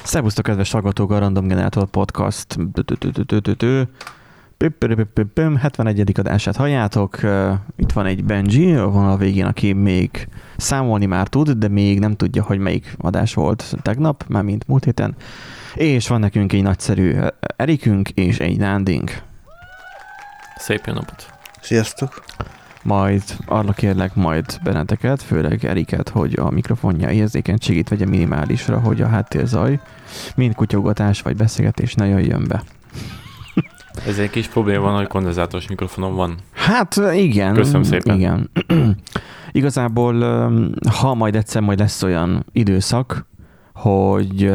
Szervusztok, kedves hallgatók, a Random Generator Podcast 71. adását halljátok. Itt van egy Benji, van a végén, aki még számolni már tud, de még nem tudja, hogy melyik adás volt tegnap, már mint múlt héten. És van nekünk egy nagyszerű Erikünk és egy Nándink. Szép jó napot! Sziasztok! Majd arra kérlek majd benneteket, főleg Eriket, hogy a mikrofonja érzékenységét vegye minimálisra, hogy a háttérzaj, mind kutyogatás vagy beszélgetés ne jöjjön be. Ez egy kis probléma van, hogy kondenzátoros mikrofonom van. Hát igen. Köszönöm szépen. Igen. Igazából, ha majd egyszer lesz olyan időszak, hogy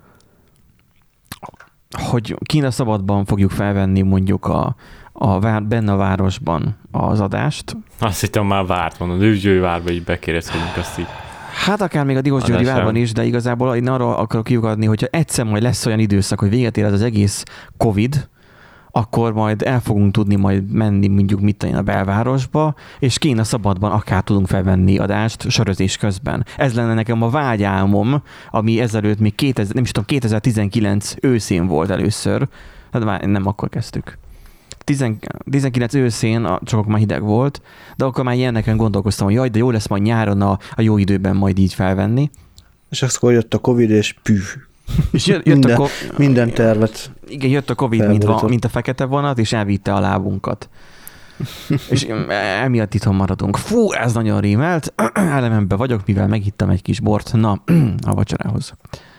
Kína szabadban fogjuk felvenni mondjuk benne a városban az adást. Azt hittem már várt van, a Diósgyőri várba így bekérezkedünk azt így. Hát akár még a Diósgyőri várban is, de igazából én arra akarok kiugadni, hogyha egyszer majd lesz olyan időszak, hogy véget ér ez az egész Covid, akkor majd el fogunk tudni majd menni mondjuk a belvárosba, és Kína szabadban akár tudunk felvenni adást sörözés közben. Ez lenne nekem a vágyálmom, ami ezelőtt még 2019 őszén volt először. Hát már nem akkor kezdtük. 19 őszén csak már hideg volt, de akkor már ilyeneken gondolkoztam, hogy jaj, de jó lesz majd nyáron a jó időben majd így felvenni. És akkor jött a Covid, és püh. És minden tervet. Igen, jött a Covid, mint a fekete vonat, és elvitte a lábunkat. És emiatt itthon maradunk. Fú, ez nagyon rímelt. Elememben vagyok, mivel megittem egy kis bort. Na, a vacsorához.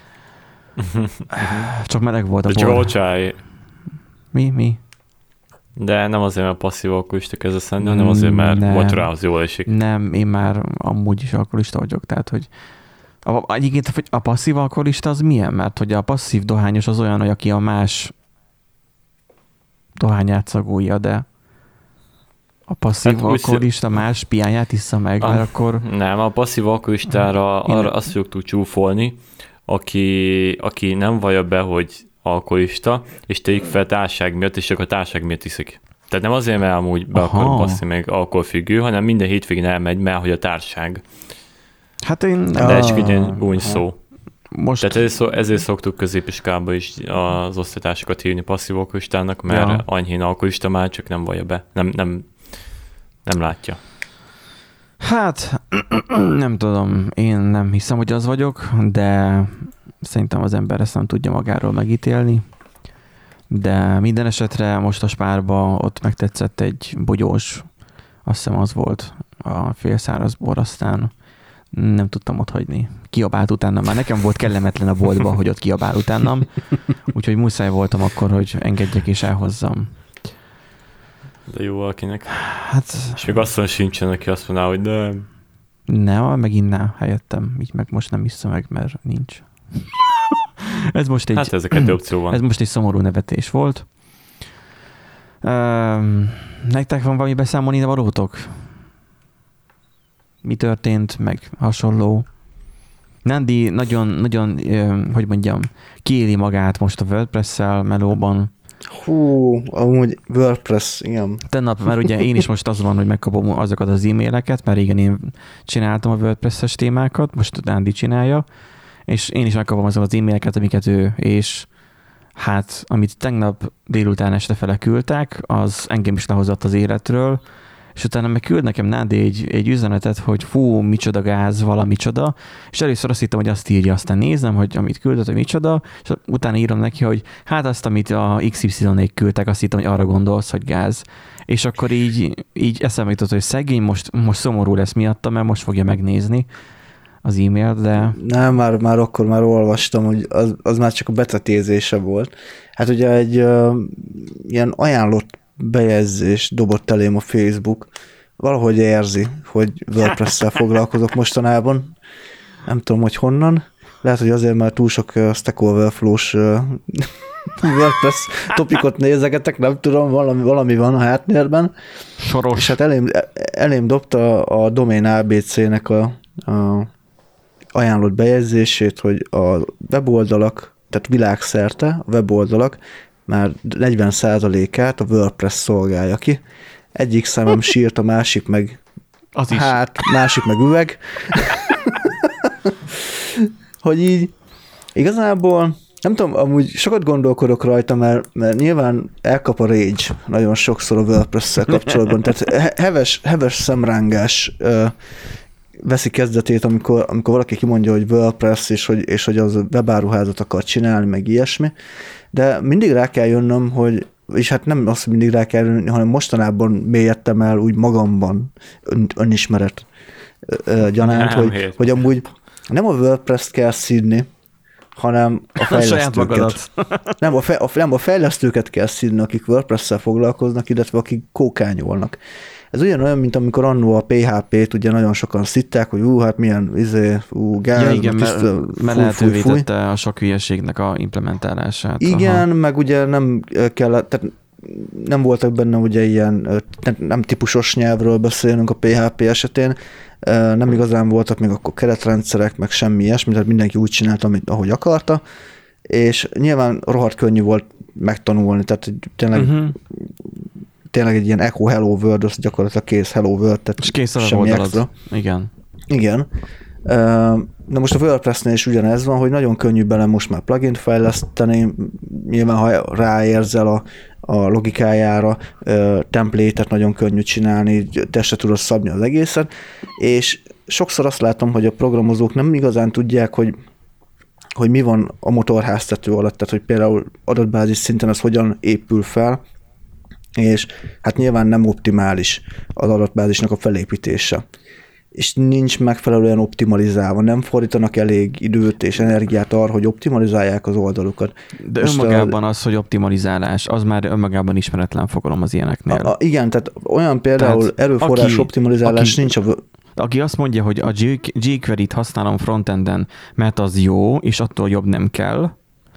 Csak meleg volt a bor. Csak olcsáj. Mi? De nem azért, mert passzív alkoholista kezd eszenni, hanem azért, mert vacsorához jól esik. Nem, én már amúgy is alkoholista vagyok, tehát, hogy egyébként a passzív alkoholista az milyen? Mert hogy a passzív dohányos az olyan, hogy aki a más dohányát szagolja, de a passzív alkoholista más piányát issza meg, mert akkor... Nem, a passzív alkoholistára arra azt fogjuk csúfolni, aki nem vallja be, hogy alkoholista, és tegyük fel társaság miatt, és csak a társaság miatt iszik. Tehát nem azért, mert amúgy be akar baszni meg alkoholfüggő, hanem minden hétvégén elmegy, mert hogy a társaság. Hát én... De csak egy ilyen gúny szó. Most... Tehát ezért szoktuk középiskolában is az osztálytársakat hívni passzív alkoholistának, mert anyhén alkoholista már csak nem vallja be, nem látja. Hát, nem tudom, én nem hiszem, hogy az vagyok, de szerintem az ember ezt nem tudja magáról megítélni. De minden esetre most a Spárba ott megtetszett egy bogyós, azt hiszem az volt a félszáraz bor, aztán nem tudtam ott hagyni. Kiabált utánam. Már nekem volt kellemetlen a boltban, hogy ott kiabál utánam. Úgyhogy muszáj voltam akkor, hogy engedjek és elhozzam. De jó valakinek. Hát... És még azt mondja, sincsen, aki azt mondaná, hogy de... Nem, meg innál helyettem. Így meg most nem iszom meg, mert nincs. Ez most egy... Hát ez a kettő opció van. Ez most egy szomorú nevetés volt. Nektek van valami beszámolni valótok? Mi történt, meg hasonló. Nándi nagyon, hogy mondjam, kiéli magát most a WordPress-szel melóban. Hú, amúgy WordPress, igen. Tennap, mert ugye én is most az van, hogy megkapom azokat az e-maileket, mert régen én csináltam a WordPress-es témákat, most Nándi csinálja, és én is megkapom azokat az e-maileket, amiket ő, és hát, amit tegnap délután este fele küldtek, az engem is lehozott az életről, és utána meg küld nekem Nándi egy üzenetet, hogy fú, micsoda gáz, valamicsoda, és először azt hittem, hogy azt írja, aztán nézem, hogy amit küldött, hogy micsoda, és utána írom neki, hogy hát azt, amit a XY-ék küldtek, azt hittem, hogy arra gondolsz, hogy gáz. És akkor így eszembe jutott, hogy szegény most szomorú lesz miatta, mert most fogja megnézni az e-mailt, de... Nem, már akkor már olvastam, hogy az már csak a betatézése volt. Hát ugye egy ilyen ajánlott bejegyzés dobott elém a Facebook. Valahogy érzi, hogy WordPress-szel foglalkozok mostanában. Nem tudom, hogy honnan. Lehet, hogy azért, mert túl sok Stack Overflow-s WordPress topikot nézegetek, nem tudom, valami van a háttérben. Soros. És hát elém dobta a Domain ABC-nek a ajánlott bejegyzését, hogy a weboldalak, tehát világszerte a weboldalak már 40%-át a WordPress szolgálja ki. Egyik szemem sírt, a másik meg az is. Hát, másik meg üveg. Hogy így Igazából nem tudom, amúgy sokat gondolkodok rajta, mert nyilván elkap a rage nagyon sokszor a WordPress-szel kapcsolatban, tehát heves szemrángás veszi kezdetét, amikor valaki kimondja, hogy WordPress, és hogy az webáruházat akar csinálni, meg ilyesmi, de mindig rá kell jönnöm, és hát nem azt, hogy mindig rá kell jönni, hanem mostanában mélyedtem el úgy magamban önismeret gyanánt, hogy amúgy nem a WordPress-t kell szídni, hanem a fejlesztőket. Nem a fejlesztőket kell szídni, akik WordPress-szel foglalkoznak, illetve akik kókányolnak. Ez ugyanolyan, mint amikor annó a PHP-t ugye nagyon sokan szitták, hogy hát milyen gáz, ja, igen, mert lehetővé tette a sok hülyeségnek a implementálását. Igen, meg ugye nem kellett, tehát nem voltak benne ugye ilyen, nem típusos nyelvről beszélünk a PHP esetén, nem igazán voltak még akkor keretrendszerek, meg semmi ilyesmi, tehát mindenki úgy csinálta, ahogy akarta, és nyilván rohadt könnyű volt megtanulni, tehát tényleg egy ilyen Echo Hello World, az gyakorlatilag kész Hello World, tehát és kész a semmi extra. Igen. De most a WordPress-nél is ugyanez van, hogy nagyon könnyű bele most már plugin fejleszteni, nyilván ha ráérzel a logikájára, template-et nagyon könnyű csinálni, testre tudod szabni az egészet, és sokszor azt látom, hogy a programozók nem igazán tudják, hogy mi van a motorháztető alatt, tehát hogy például adatbázis szinten az hogyan épül fel, és hát nyilván nem optimális az adatbázisnak a felépítése. És nincs megfelelően optimalizálva, nem fordítanak elég időt és energiát arra, hogy optimalizálják az oldalukat. De most önmagában az, hogy optimalizálás, az már önmagában ismeretlen fogalom az ilyeneknél. Igen, tehát olyan például erőforrás optimalizálás nincs a... Aki azt mondja, hogy a jQuery-t használom frontenden, mert az jó, és attól jobb nem kell,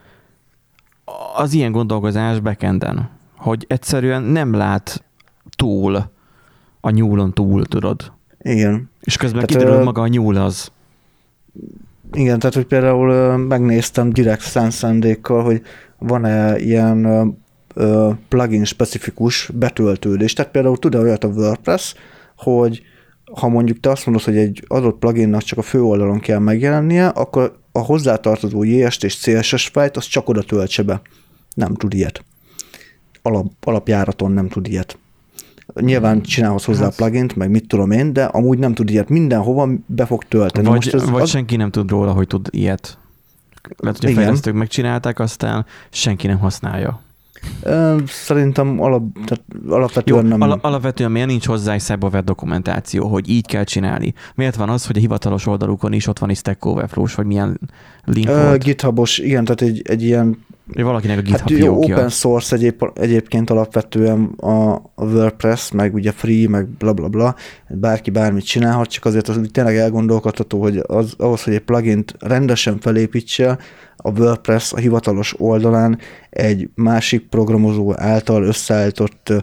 az ilyen gondolkozás backenden, hogy egyszerűen nem lát túl a nyúlon túl, tudod. Igen. És közben kiderül maga a nyúl az. Igen, tehát hogy például megnéztem direkt szándékkal, hogy van-e ilyen plugin specifikus betöltődés. Tehát például tud-e olyat a WordPress, hogy ha mondjuk te azt mondod, hogy egy adott pluginnak csak a fő oldalon kell megjelennie, akkor a hozzátartozó JS és CSS fájlt, az csak oda töltse be. Nem tud ilyet. Alapjáraton nem tud ilyet. Nyilván csinálhoz hozzá a plugint, meg mit tudom én, de amúgy nem tud ilyet. Mindenhova be fog tölteni. Vagy senki nem tud róla, hogy tud ilyet. Mert ugye a fejlesztők megcsinálták, aztán senki nem használja. Szerintem alapvetően nem. Alapvetően miért nincs hozzá egy SEBOVET dokumentáció, hogy így kell csinálni? Miért van az, hogy a hivatalos oldalukon is ott van egy Stack Overflow-s, vagy milyen link volt? GitHub-os, igen, tehát egy ilyen... Valakinek a GitHub fiókja. Open source egyébként alapvetően a WordPress, meg ugye free, meg blablabla, bárki bármit csinálhat, csak azért az tényleg elgondolkodható, hogy ahhoz, hogy egy plugint rendesen felépítsél, a WordPress a hivatalos oldalán egy másik programozó által összeállított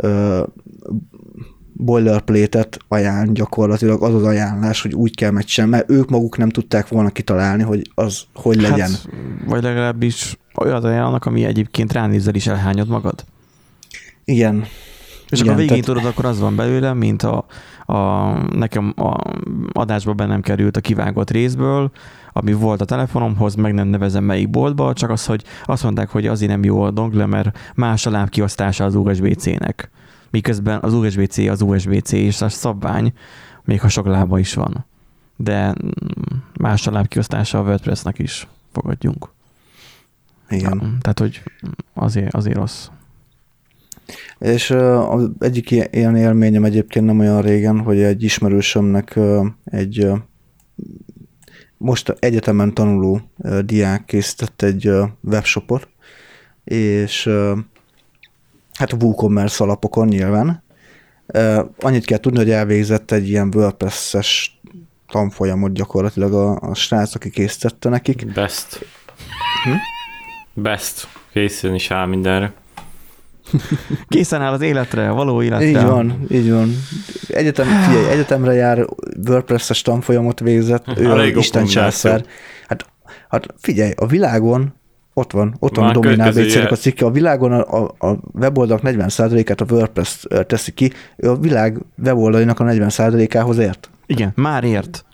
boilerplate-et ajánl gyakorlatilag, az az ajánlás, hogy úgy kell megcsinálni, mert ők maguk nem tudták volna kitalálni, hogy az hogy legyen. Hát, vagy legalábbis olyat ajánlanak, ami egyébként ránézzel is elhányod magad. Igen. És akkor végén tudod, akkor az van belőle, mint nekem a adásba bennem került a kivágott részből, ami volt a telefonomhoz, meg nem nevezem melyik boltba, csak az, hogy azt mondták, hogy azért nem jó a dongle, mert más a lábkiosztása az USB-C-nek. Miközben az USB-C az USB-C és a szabvány, még ha sok lába is van. De más a lábkiosztása a WordPress-nek is, fogadjunk. Igen. Tehát, hogy azért rossz. És az egyik ilyen élményem egyébként nem olyan régen, hogy egy ismerősömnek egy most egyetemen tanuló diák készített egy webshopot, és hát a WooCommerce alapokon nyilván. Annyit kell tudni, hogy elvégzett egy ilyen WordPress-es tanfolyamot gyakorlatilag a srác, aki készítette nekik. Best. Best. Készen is áll mindenre. Készen áll az életre, a való életre. Így van. Egyetemre jár, WordPress-es tanfolyamot végzett, ő az Isten császár. Hát figyelj, a világon ott van Domin ABC-nek a cikke, a világon a weboldalak 40%-át a WordPress teszi ki, ő a világ weboldalinak a 40%-ához ért. Igen, már ért.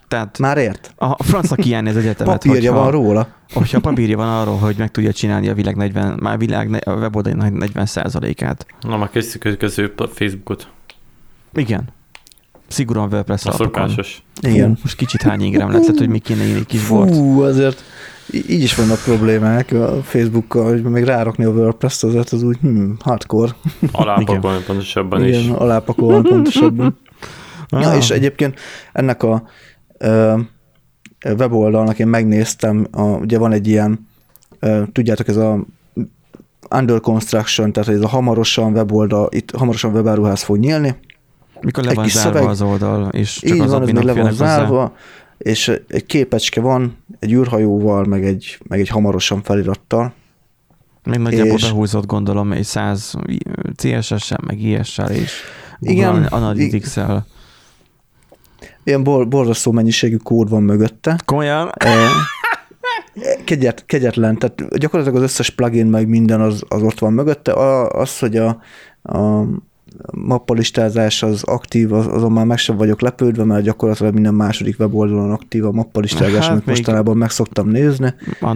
Tehát Már ért? a francnak kiállni az egyetemet. Papírja van róla. Hogyha papírja van arról, hogy meg tudja csinálni a a weboldali 40%-át. Na, már kezdjük a Facebookot. Igen. Szigorúan WordPress A alapokon. szokásos. Igen. Most kicsit hány ingram lett, hogy még kéne egy kis bort. Azért így is vannak problémák a Facebookkal, hogy még rárakni a WordPress-t, azért az úgy hardcore. Alápakolni pontosabban is. Igen, alápakolni pontosabban. Ja, és egyébként ennek a weboldalnak én megnéztem, ugye van egy ilyen, tudjátok, ez a under construction, tehát ez a hamarosan weboldal, itt hamarosan webáruház fog nyílni. Mikor le van zárva az oldal, és csak így az van, ez még le van zárva, hozzá. és egy képecske van, egy űrhajóval, meg egy hamarosan felirattal. Még nagyjából behúzott, gondolom, egy 100 CSS-sel, meg IS-sel, és igen, Analytics-sel. Ilyen borzasztó mennyiségű kód van mögötte. Komolyan? Kegyetlen, tehát gyakorlatilag az összes plugin, meg minden az ott van mögötte. Az, hogy a mappalistázás az aktív, azon már meg sem vagyok lepődve, mert gyakorlatilag minden második weboldalon aktív a mappalistázás, amit mostanában meg szoktam nézni.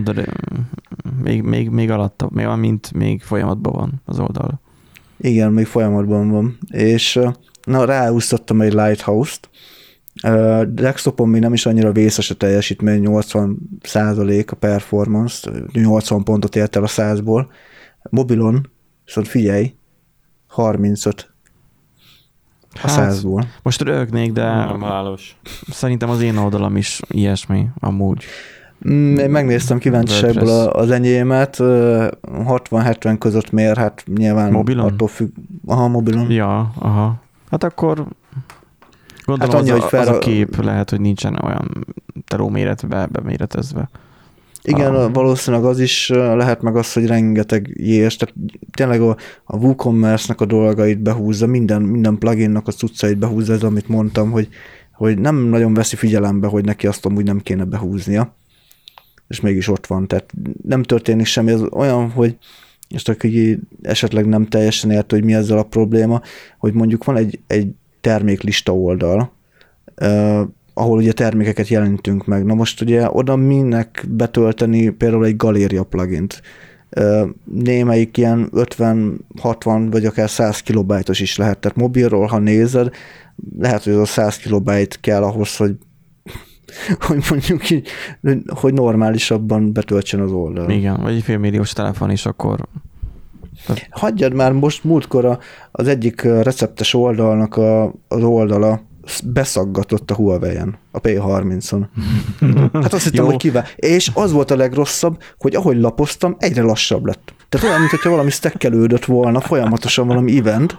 Még alatta, még folyamatban van az oldal. Igen, még folyamatban van. És ráúsztottam egy Lighthouse-t. Desktopon még nem is annyira vészes a teljesítmény, 80% a performance, 80 pontot ért el a 100-ból. Mobilon, viszont figyelj, 35 a 100-ból. Most rögnék, de Normálus. Szerintem az én oldalam is ilyesmi, amúgy. Én megnéztem kíváncsiságból az enyémet, 60-70 között mér, hát nyilván mobilon? Attól függ. Aha, mobilon. Ja, aha. Hát akkor gondolom hát annyi, az a kép lehet, hogy nincsen olyan telóméretbe beméretezve. Igen, valószínűleg az is lehet, meg az, hogy rengeteg JS, tehát tényleg a WooCommerce-nak a dolgait behúzza, minden pluginnak a cuccait behúzza, ez amit mondtam, hogy nem nagyon veszi figyelembe, hogy neki azt amúgy nem kéne behúznia, és mégis ott van, tehát nem történik semmi, ez olyan, hogy és aki esetleg nem teljesen értő, hogy mi ezzel a probléma, hogy mondjuk van egy terméklista oldal, ahol ugye termékeket jelentünk meg. Na most ugye oda minek betölteni például egy galéria plugint. Némelyik ilyen 50-60 vagy akár 100 kilobájtos is lehet. Tehát mobilról, ha nézed, lehet, hogy az a 100 kilobájt kell ahhoz, hogy mondjuk így, hogy normálisabban betöltsen az oldal. Igen, vagy egy félmilliós telefon is akkor... Hagyjad már, most múltkor az egyik receptes oldalnak az oldala beszaggatott a Huawei-en, a P30-on. Hát azt hittem, hogy kíván. És az volt a legrosszabb, hogy ahogy lapoztam, egyre lassabb lett. Tehát olyan, mintha valami stackelődött volna, folyamatosan valami event,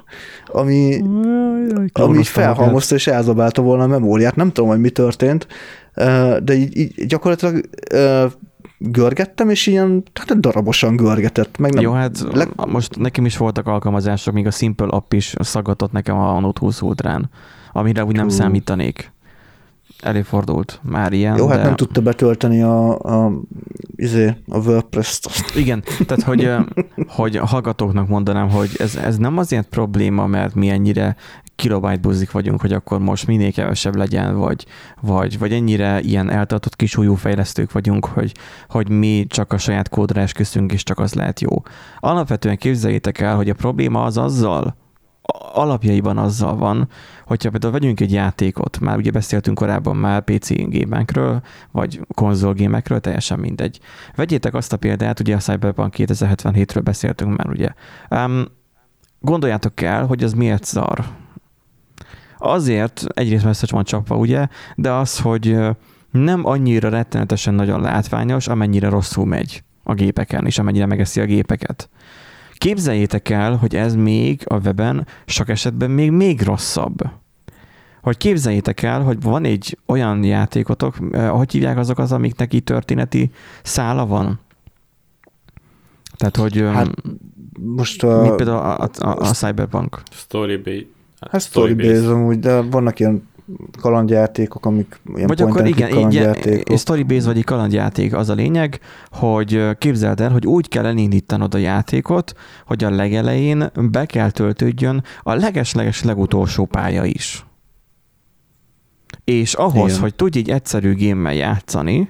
ami felhalmozta és elzabálta volna a memóriát. Nem tudom, hogy mi történt, de így gyakorlatilag görgettem, és ilyen darabosan görgetett. Meg nem, jó, hát most nekem is voltak alkalmazások, még a Simple App is szaggatott nekem a Note 20 Ultrán, amire úgy nem számítanék. Előfordult már ilyen. Jó, hát nem tudta betölteni a WordPress-t. Igen, tehát hogy hallgatóknak mondanám, hogy ez nem azért probléma, mert mi ennyire kilobájt buzzik vagyunk, hogy akkor most minél kevesebb legyen, vagy ennyire ilyen eltartott kisúlyú fejlesztők vagyunk, hogy mi csak a saját kódra esküszünk, és csak az lehet jó. Alapvetően képzeljétek el, hogy a probléma az azzal, alapjaiban azzal van, hogyha például vegyünk egy játékot, már ugye beszéltünk korábban már PC gémekről, vagy konzolgémekről, teljesen mindegy. Vegyétek azt a példát, ugye a Cyberpunk 2077-ről beszéltünk már, ugye. Gondoljátok el, hogy az miért szar. Azért, egyrészt messze van csapva, ugye, de az, hogy nem annyira rettenetesen nagyon látványos, amennyire rosszul megy a gépeken, és amennyire megeszi a gépeket. Képzeljétek el, hogy ez még a weben sok esetben még rosszabb. Hogy képzeljétek el, hogy van egy olyan játékotok, hogy hívják azok amiknek így történeti szála van? Tehát, hogy hát most mi például a Cyberpunk? Storybase. Hát Storybase amúgy, de vannak ilyen kalandjátékok, amik ilyen vagy akkor igen, kalandjátékok. Storybase vagy egy kalandjáték, az a lényeg, hogy képzeld el, hogy úgy kell elindítanod a játékot, hogy a legelején be kell töltődjön a leges-leges legutolsó pálya is. És ahhoz, Igen. hogy tudj egy egyszerű gémmel játszani,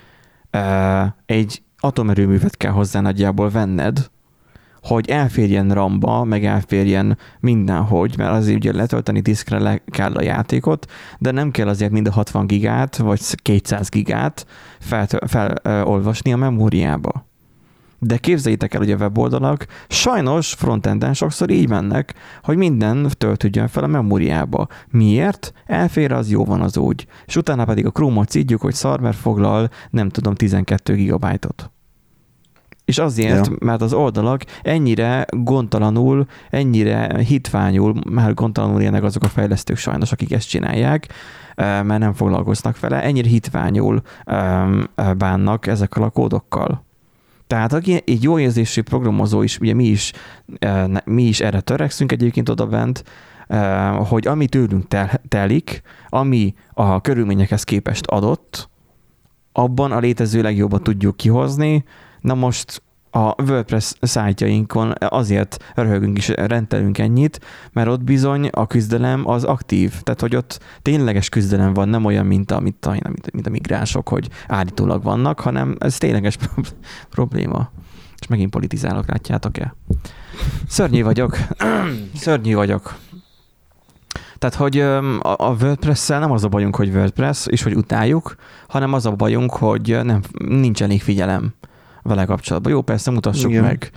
egy atomerőművet kell hozzá nagyjából venned, hogy elférjen RAM-ba, meg elférjen mindenhogy, mert azért ugye letölteni diszkre le kell a játékot, de nem kell azért mind a 60 gigát, vagy 200 gigát felolvasni a memóriába. De képzeljétek el, hogy a weboldalak sajnos frontenden sokszor így mennek, hogy minden töltődjön fel a memóriába. Miért? Elfér, az jó van az úgy. És utána pedig a Chrome-ot szidjuk, hogy szar, mert foglal, nem tudom, 12 gigabájtot. És azért, mert az oldalak ennyire gondtalanul, ennyire hitványul, már gondtalanul élnek azok a fejlesztők sajnos, akik ezt csinálják, mert nem foglalkoznak vele, ennyire hitványul bánnak ezekkel a kódokkal. Tehát aki egy jó érzésű programozó is, ugye mi is erre törekszünk egyébként odabent, hogy ami tőlünk telik, ami a körülményekhez képest adott, abban a létező legjobban tudjuk kihozni. Na most a WordPress szájtjainkon azért röhögünk és rendelünk ennyit, mert ott bizony a küzdelem az aktív. Tehát, hogy ott tényleges küzdelem van, nem olyan, mint a migránsok, hogy állítólag vannak, hanem ez tényleges probléma. És megint politizálok, látjátok-e? Szörnyű vagyok. Tehát, hogy a WordPress-szel nem az a bajunk, hogy WordPress, és hogy utáljuk, hanem az a bajunk, hogy nincs elég figyelem vele kapcsolatban. Jó, persze mutassuk meg.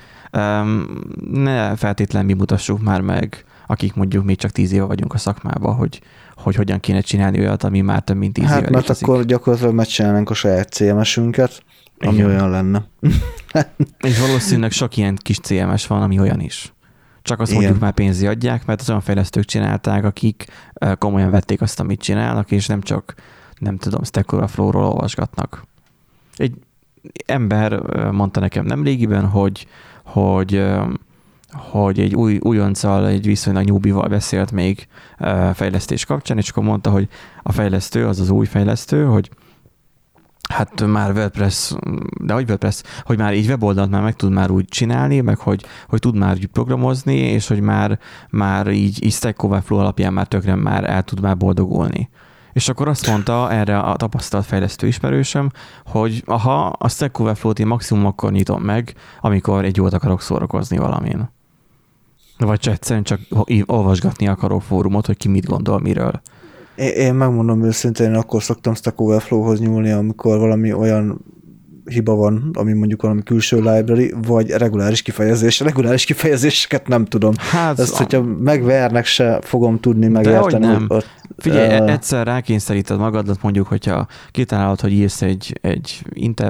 Ne feltétlenül mi mutassuk már meg, akik mondjuk még csak 10 éve vagyunk a szakmában, hogy hogyan kéne csinálni olyat, ami már több mint 10 éve létezik. Hát, mert akkor gyakorlatilag megcsinálnánk a saját CMS-ünket, ami igen. Olyan lenne. És valószínűleg sok ilyen kis CMS van, ami olyan is. Csak azt mondjuk már pénzi adják, mert az olyan fejlesztők csinálták, akik komolyan vették azt, amit csinálnak, és nem csak, nem tudom, Stack Overflow-ról olvasgatnak. Egy ember mondta nekem nemrégiben, hogy egy újonccal, egy viszonylag newbie-val beszélt még fejlesztés kapcsán, és akkor mondta, hogy a fejlesztő, az új fejlesztő, hogy hát már WordPress, de hogy WordPress, hogy már így weboldalt már meg tud már úgy csinálni, meg hogy tud már úgy programozni, és hogy már így Stack Overflow alapján már tökre már el tud már boldogulni. És akkor azt mondta erre a tapasztalt fejlesztő ismerősöm, hogy a Stack Overflow-t én maximum akkor nyitom meg, amikor egy jót akarok szórakozni valamin. Vagy egyszerűen csak olvasgatni akarok fórumot, hogy ki mit gondol miről. Én megmondom őszintén, én akkor szoktam Stack Overflow-hoz nyúlni, amikor valami olyan hiba van, ami mondjuk valami külső library, vagy reguláris kifejezés. Reguláris kifejezéseket nem tudom. Hát, ezt, hogyha megvernek, se fogom tudni megérteni. De nem. Figyelj, egyszer rákényszeríted magadat, mondjuk, hogyha kitalálod, hogy írsz egy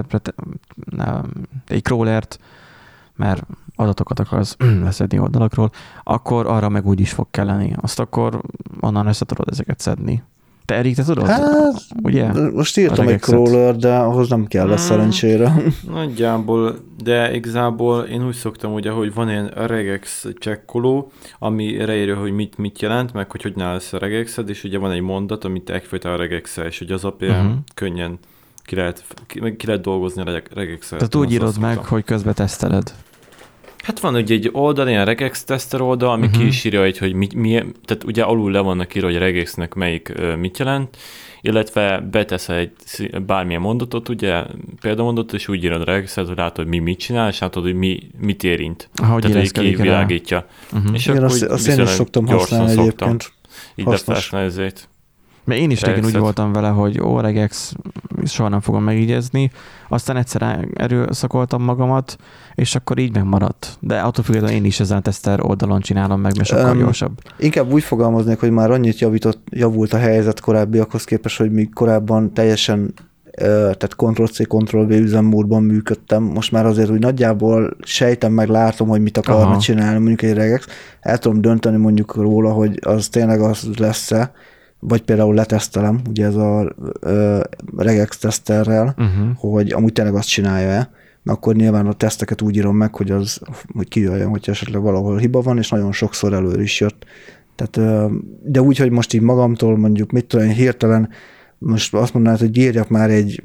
crawlert, mert adatokat akarsz leszedni oldalakról, akkor arra meg úgy is fog kelleni. Azt akkor onnan össze tudod ezeket szedni. Te Erik, te tudod? Hát, ugye? Most írtam egy crawler, de ahhoz nem kell lesz szerencsére. Nagyjából, de igazából én úgy szoktam, ugye, hogy van ilyen regex csekkoló, ami leírja, hogy mit jelent, meg hogy állsz a regexed, és ugye van egy mondat, amit egyfajta a regex-el, és hogy az alapján könnyen ki lehet dolgozni a regexel. Tehát úgy írod meg, hogy közben teszteled. Hát van ugye egy oldal, ilyen regex teszter oldal, ami ki is írja, hogy milyen, tehát ugye alul le vannak írva, hogy a regexnek melyik mit jelent, illetve beteszel egy bármilyen mondatot, ugye példamondatot, és úgy írod a regexet, hogy látod, hogy mit csinál, és látod, hogy mit érint. Ahogy tehát, hogy kivilágítja. És igen, azt én is szoktam használni egyébként. Így lefelesne ezért. Mert én is régen úgy voltam vele, hogy regex, soha nem fogom megígézni. Aztán egyszer erőszakoltam magamat, és akkor így megmaradt. De attól függetlenül én is ezen a teszter oldalon csinálom meg, mert sokkal gyorsabb. Inkább úgy fogalmaznék, hogy már annyit javult a helyzet korábbiakhoz képest, hogy még korábban teljesen tehát Ctrl-C, Ctrl-V üzemmódban működtem. Most már azért úgy nagyjából sejtem meg, látom, hogy mit akarna csinálni mondjuk egy regex. El tudom dönteni mondjuk róla, hogy az tényleg az lesz-e, vagy például letesztelem, ugye ez a regex teszterrel, hogy amúgy tényleg azt csinálja-e, mert akkor nyilván a teszteket úgy írom meg, hogy kijöjjön, hogyha esetleg valahol hiba van, és nagyon sokszor elő is jött. Tehát, de úgy, hogy most így magamtól mondjuk, mit tudom, hirtelen most azt mondanád, hogy írjak már egy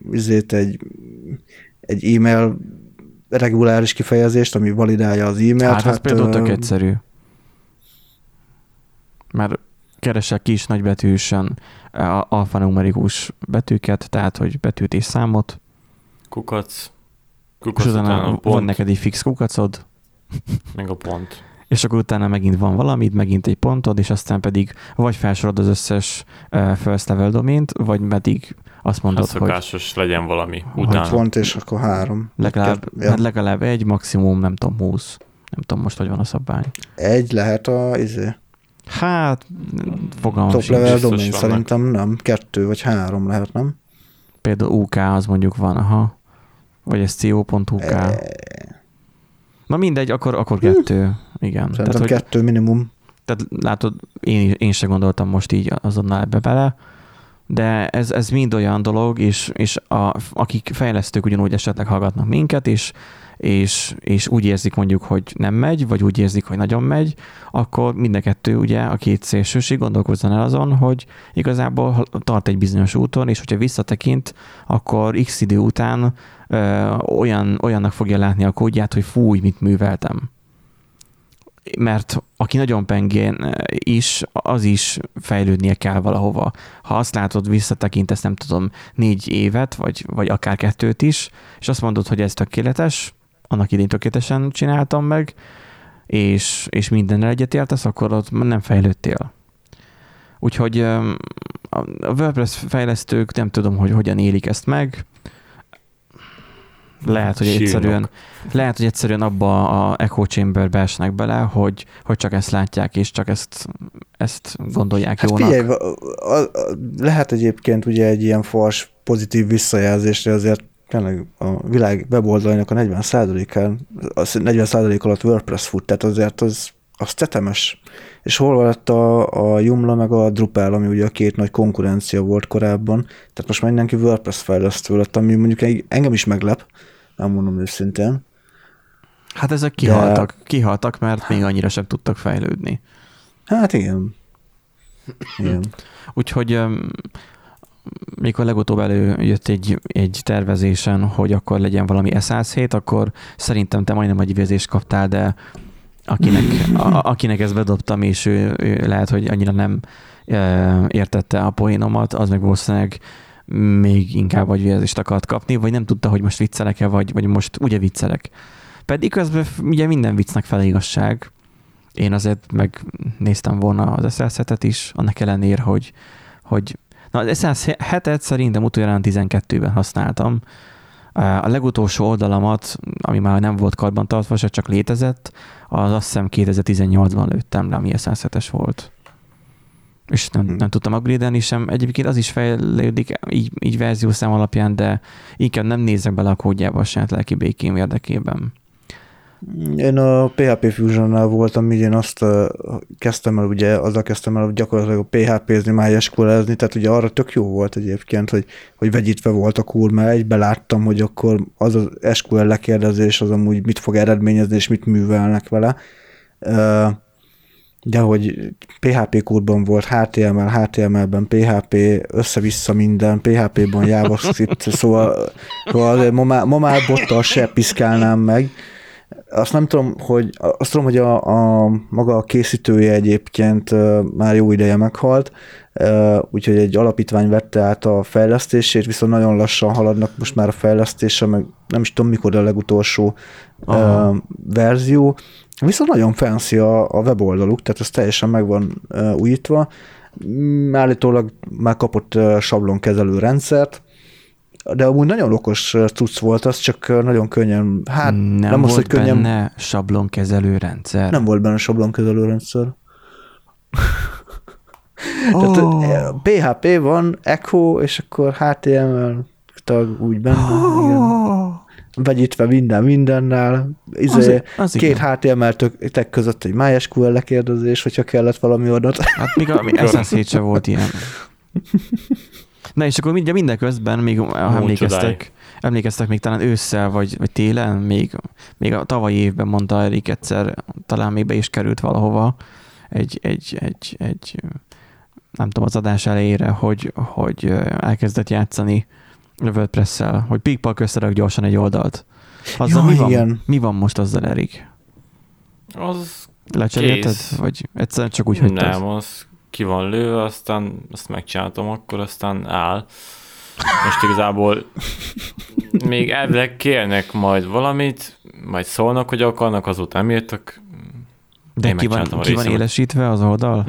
e-mail reguláris kifejezést, ami validálja az e-mailt. Hát ez például tök egyszerű. Mert keresek kis nagybetűsen alfanumerikus betűket, tehát hogy betűt és számot. Kukac És utána van neked egy fix kukacod. Meg a pont. És akkor utána megint van valamit, megint egy pontod, és aztán pedig vagy felsorod az összes first level domént, vagy pedig azt mondod, hogy... Szokásos legyen valami utána. Pont, és akkor 3. Legalább egy, maximum nem tudom, 20. Nem tudom most, hogy van a szabvány. Egy lehet Hát, fogalmam top sincs. level domain szerintem nem. 2 vagy 3 lehet, nem? Például UK az mondjuk van, aha. Vagy ez co.uk. Na mindegy, akkor 2. Igen. Szerintem 2 minimum. Tehát látod, én se gondoltam most így azonnal ebbe bele, de ez mind olyan dolog, és akik fejlesztők ugyanúgy esetleg hallgatnak minket, és úgy érzik mondjuk, hogy nem megy, vagy úgy érzik, hogy nagyon megy, akkor mind a kettő ugye a két szélsőség gondolkozzon el azon, hogy igazából tart egy bizonyos úton, és hogyha visszatekint, akkor x idő után olyannak fogja látni a kódját, hogy fúj, mit műveltem. Mert aki nagyon pengén is, az is fejlődnie kell valahova. Ha azt látod, visszatekintesz, nem tudom, 4 évet, vagy akár 2 is, és azt mondod, hogy ez tökéletes, annak idén tökéletesen csináltam meg, és mindennel egyetértesz, akkor ott nem fejlődtél. Úgyhogy a WordPress fejlesztők nem tudom, hogy hogyan élik ezt meg. Lehet, hogy egyszerűen abba a echo chamberbe esnek bele, hogy csak ezt látják, és csak ezt gondolják jónak. Figyelj, lehet egyébként ugye egy ilyen fals pozitív visszajelzésre azért tényleg a világ weboldalainak a 40% alatt WordPress fut, tehát azért az tetemes. És hol lett a Joomla meg a Drupal, ami ugye a két nagy konkurencia volt korábban, tehát most már mindenki WordPress fejlesztő lett, ami mondjuk engem is meglep, nem mondom őszintén. Hát ezek kihaltak, mert még annyira sem tudtak fejlődni. Hát igen. Úgyhogy mikor legutóbb előjött egy tervezésen, hogy akkor legyen valami S107, akkor szerintem te majdnem egy vezést kaptál, de akinek ezt bedobtam, és ő lehet, hogy annyira nem értette a poénomat, az meg valószínűleg még inkább agyvérzést akart kapni, vagy nem tudta, hogy most viccelek-e, vagy most ugye viccelek. Pedig közben ugye minden viccnek fele igazság. Én azért megnéztem volna az SL7-et is, annak ellenére, hogy na, az SL7-et szerintem utoljára 12-ben használtam. A legutolsó oldalamat, ami már nem volt karbantartva, se csak létezett, az azt hiszem 2018-ban lőttem le, ami SL7-es volt. És nem tudtam upgrade-elni sem. Egyébként az is fejlődik így verziószám alapján, de inkább nem nézek bele a kódjába a saját lelki békém érdekében. Én a PHP Fusion-nál voltam, így én azt kezdtem el, ugye azzal kezdtem el gyakorlatilag PHP-zni, MySQL-ezni, tehát ugye arra tök jó volt egyébként, hogy vegyítve volt a kód, mert egybe láttam, hogy akkor az SQL lekérdezés az amúgy mit fog eredményezni, és mit művelnek vele. De hogy PHP kódban volt HTML, HTML-ben PHP, össze-vissza minden, PHP-ban JavaScript, szóval ma már bottal se piszkálnám meg. Azt nem tudom, hogy a maga a készítője egyébként már jó ideje meghalt, úgyhogy egy alapítvány vette át a fejlesztését, viszont nagyon lassan haladnak most már a fejlesztése, meg nem is tudom mikor a legutolsó verzió, viszont nagyon fancy a weboldaluk, tehát ez teljesen meg van újítva. Állítólag már kapott sablonkezelő rendszert, de amúgy nagyon okos cucc volt, az csak nagyon könnyen, nem volt hogy könnyen, benne sablonkezelő rendszer. Nem volt benne sablonkezelő rendszer. Tehát PHP van, Echo, és akkor HTML tag úgy benne. Igen. Vegyítve mindennel. Az két HTML tag között egy MySQL lekérdezés, hogyha kellett valami adat. Hát még SSH se volt ilyen. Na és akkor minden közben, még emlékeztek még talán ősszel, vagy télen, még a tavalyi évben mondta Erik egyszer, talán még be is került valahova egy nem tudom, az adás elejére, hogy elkezdett játszani WordPress-szel, hogy pikpak összerak gyorsan egy oldalt. Azzal mi van most azzal, Erik? Az lecserélted? Vagy egyszerűen csak úgy hagytad? Nem, az ki van lőve, aztán azt megcsináltam, akkor aztán áll. Most igazából még elvileg kérnek majd valamit, majd szólnak, hogy akarnak, azóta nem írtak. De ki van élesítve az oldal?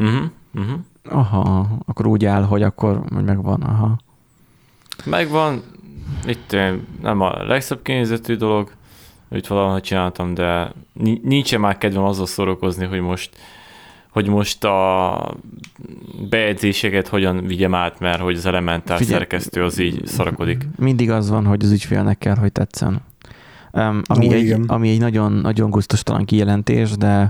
Aha, akkor úgy áll, hogy akkor megvan, aha. Megvan, itt nem a legszebb kinézetű dolog, amit valahol csináltam, de nincsen már kedvem azzal szórakozni, hogy most a bejegyzéseket hogyan vigyem át, mert hogy az Elementor szerkesztő az így szarakodik. Mindig az van, hogy az ügyfélnek kell, hogy tetszen. Ami egy nagyon, nagyon gusztustalan kijelentés,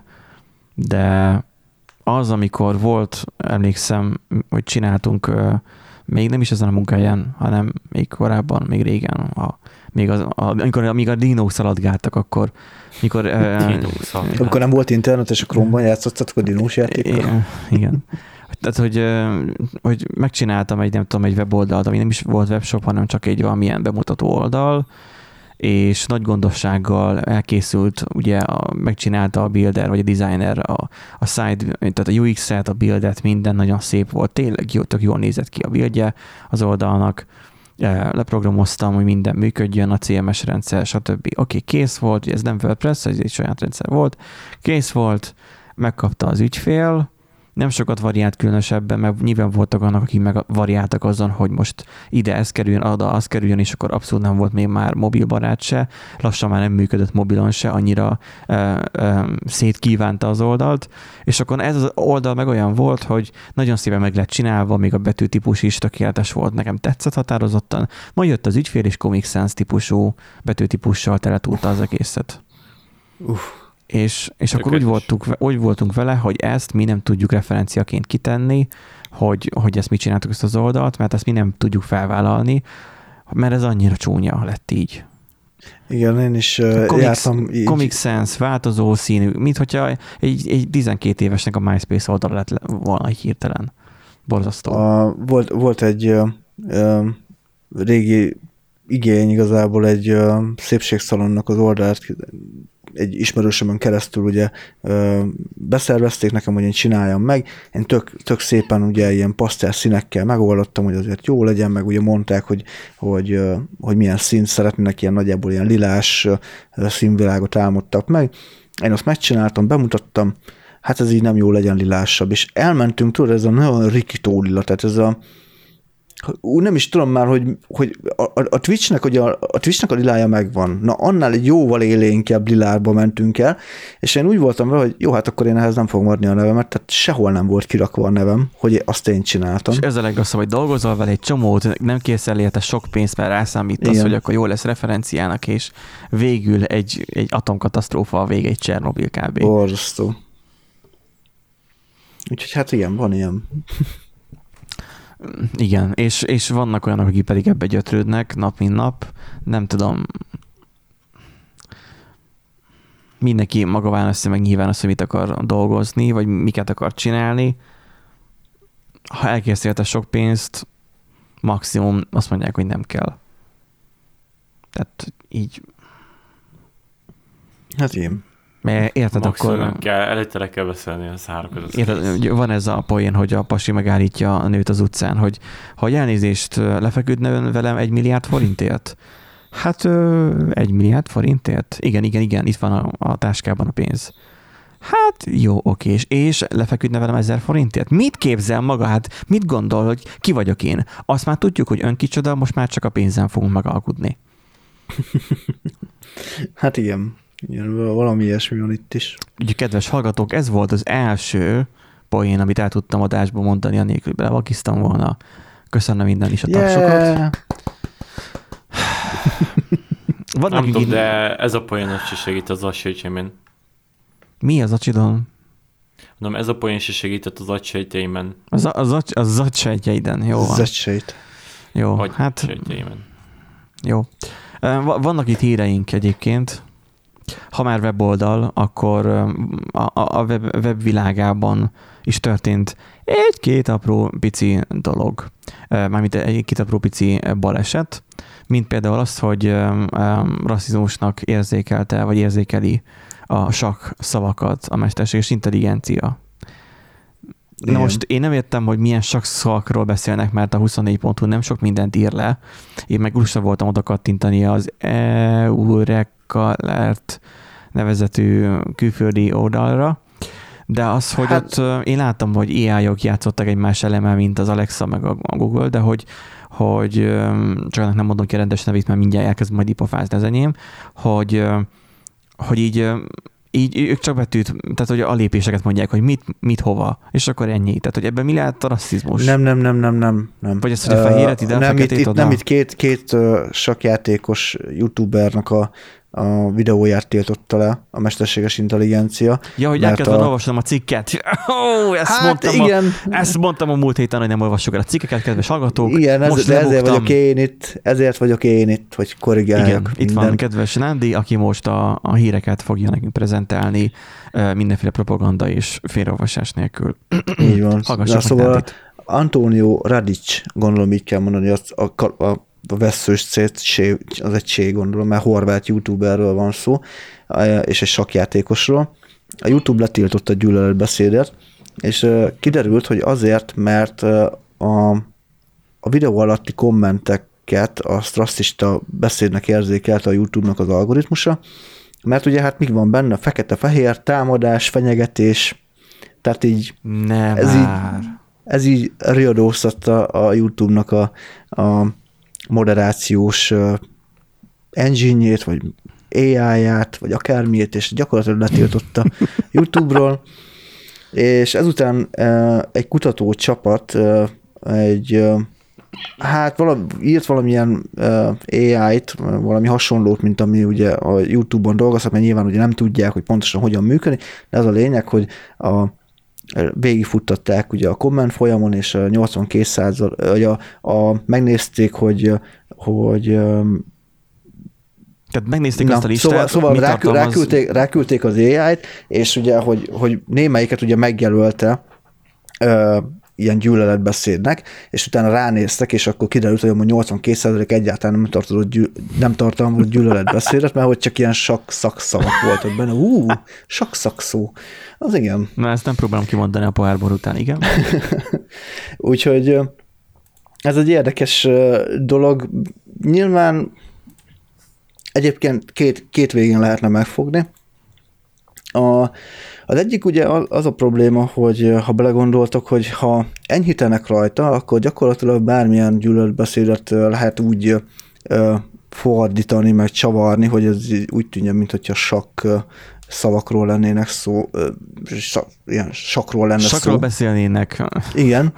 de az, amikor volt, emlékszem, hogy csináltunk még nem is ezen a munkáján, hanem még korábban, még régen, amíg a dinók szaladgáltak, akkor amikor nem volt internet, és a Chrome-ban játszottatok a dinós játékkal. Igen. Tehát, hogy megcsináltam egy weboldalt, ami nem is volt webshop, hanem csak egy valamilyen bemutató oldal, és nagy gondossággal elkészült, ugye megcsinálta a builder, vagy a designer a site, tehát a UX-et, a buildet, minden nagyon szép volt, tényleg tök jól nézett ki a buildje az oldalnak, leprogramoztam, hogy minden működjön, a CMS rendszer, stb. Oké, kész volt, ez nem WordPress, ez egy saját rendszer volt, kész volt, megkapta az ügyfél, nem sokat variált különösebben, mert nyilván voltak annak, akik meg variáltak azon, hogy most ide ez kerüljön, oda az kerüljön, és akkor abszolút nem volt még már mobilbarát se, lassan már nem működött mobilon se, annyira szétkívánta az oldalt, és akkor ez az oldal meg olyan volt, hogy nagyon szépen meg lett csinálva, még a betűtípus is tökéletes volt, nekem tetszett határozottan, majd jött az ügyfél, és Comic Sans típusú betűtípussal teletúlta az egészet. És akkor úgy voltunk vele, hogy ezt mi nem tudjuk referenciaként kitenni, hogy ezt mit csináltuk ezt az oldalt, mert ezt mi nem tudjuk felvállalni, mert ez annyira csúnya lett így. Igen, én is jártam így. Comic Sans, változó színű, mint hogyha egy 12 évesnek a MySpace oldal lett volna egy hirtelen. Borzasztó. Volt egy régi igény igazából egy szépségszalonnak az oldalt egy ismerősömön keresztül ugye beszervezték nekem, hogy én csináljam meg. Én tök szépen ugye ilyen pasztel színekkel megoldottam, hogy azért jó legyen, meg ugye mondták, hogy milyen színt szeretnének, ilyen nagyjából ilyen lilás színvilágot álmodtak meg. Én azt megcsináltam, bemutattam, hát ez így nem jó, legyen lilásabb, és elmentünk, tudod, ez a nagyon rikító lila, tehát ez nem is tudom már, hogy a Twitchnek a lilája megvan. Na, annál egy jóval élénkebb lilárba mentünk el, és én úgy voltam vele, hogy jó, hát akkor én ehhez nem fogom adni a nevemet, tehát sehol nem volt kirakva a nevem, hogy azt én csináltam. És ez a legrosszabb, hogy dolgozol vele egy csomót, nem készel érte sok pénzt, mert rászámítasz, hogy akkor jó lesz referenciának, és végül egy atomkatasztrófa a vége, egy Csernobil kb. Borzasztó. Úgyhogy hát igen, van ilyen. Igen, és vannak olyanok, akik pedig ebbe gyötrődnek nap, mint nap. Nem tudom, mindenki maga választja meg nyilván azt, hogy mit akar dolgozni, vagy miket akar csinálni. Ha elkészílte sok pénzt, maximum azt mondják, hogy nem kell. Tehát így. Hát én. Mert érted, maximum akkor... nem kell, előtte le kell beszélni a szárok között. Érted, van ez a poén, hogy a pasi megállítja a nőt az utcán, hogy elnézést lefeküdne velem 1 milliárd forintért? Hát 1 milliárd forintért? Igen, itt van a táskában a pénz. Hát jó, oké, és lefeküdne velem 1000 forintért? Mit képzel maga? Hát mit gondol, hogy ki vagyok én? Azt már tudjuk, hogy ön kicsoda, most már csak a pénzen fogunk megalkudni. Hát igen, valami ilyesmi van itt is. Ugye, kedves hallgatók, ez volt az első poén, amit el tudtam adásba mondani, anélkül, hogy belevakiztam volna. Köszönöm minden is a tapsokat. Nem tudom, de ez a poén se segít az agysejtjeimen. Mi az acsidon? Mondom, ez a poén se segített az agysejtjeimen. Az agysejtjeiden, jó van. Agysejt. Jó, hát... Jó. Vannak itt híreink egyébként. Ha már weboldal, akkor a web világában is történt egy-két apró pici dolog. Mármint egy-két apró pici baleset, mint például azt, hogy rasszizmusnak érzékelte, vagy érzékeli a sakk szavakat a mesterséges intelligencia. Na most én nem értem, hogy milyen sok szakról beszélnek, mert a 24.hu nem sok mindent ír le. Én meg lusta voltam oda kattintani az Eurekalert nevezetű külföldi oldalra, de az, hogy ott én láttam, hogy AI-ok játszottak egymás elemmel, mint az Alexa meg a Google, de hogy csak nem mondom ki a rendes nevét, mert mindjárt elkezd majd ipofázni az enyém, hogy így ők csak betűt, tehát hogy a lépéseket mondják, hogy mit hova, és akkor ennyi. Tehát, hogy ebben mi lehet a rasszizmus? Nem. Vagy az, hogy a fehéret ide, nem, feketét oda? Nem, itt két sakjátékos youtubernak a videóját tiltotta le a mesterséges intelligencia. Ja, hogy elkezdve olvasom a cikket. Ezt mondtam a múlt héten, hogy nem olvassuk el a cikkeket, kedves hallgatók. Igen, ezért vagyok én itt, hogy korrigáljak. Igen, itt van kedves Nándi, aki most a híreket fogja nekünk prezentálni mindenféle propaganda és félreolvasás nélkül. Így van. Szóval Antonio Radic, gondolom így kell mondani, a vesszős cég, az egy cég, gondolom, mert horvát youtuberről van szó, és egy sakjátékosról. A YouTube letiltotta a gyűlöletbeszédet, és kiderült, hogy azért, mert a videó alatti kommenteket azt rasszista beszédnek érzékelte a YouTube-nak az algoritmusa, mert ugye hát mi van benne? Fekete-fehér, támadás, fenyegetés, tehát így ez így riadóztatta a YouTube-nak a moderációs engine-jét, vagy AI-ját, vagy akármiét, és gyakorlatilag letiltotta YouTube-ról, és ezután egy kutatócsapat írt valamilyen AI-t, valami hasonlót, mint ami ugye a YouTube-on dolgozhat, mert nyilván ugye nem tudják, hogy pontosan hogyan működik, de az a lényeg, hogy végigfuttatták ugye a komment folyamon, és 82%, megnézték, hogy tehát megnézték azt a listát. Szóval ráküldték az AI-t, és ugye, hogy némelyiket ugye megjelölte ilyen gyűlöletbeszédnek, és utána ránéztek, és akkor kiderült, hogy a 82% egyáltalán nem tartalmazott gyűlöletbeszédet, mert hogy csak ilyen szakszavak voltak benne. Sakszakszó. Az igen. Na, ezt nem próbálom kimondani a pohárbor után, igen. Úgyhogy ez egy érdekes dolog. Nyilván egyébként két végén lehetne megfogni. Az egyik ugye az a probléma, hogy ha belegondoltok, hogy ha enyhítenek rajta, akkor gyakorlatilag bármilyen gyűlöletbeszédet lehet úgy fordítani, meg csavarni, hogy ez úgy tűnjön, mint hogyha sakk szavakról lennének szó, ilyen sakról lenne Sakról szó. beszélnének. Igen.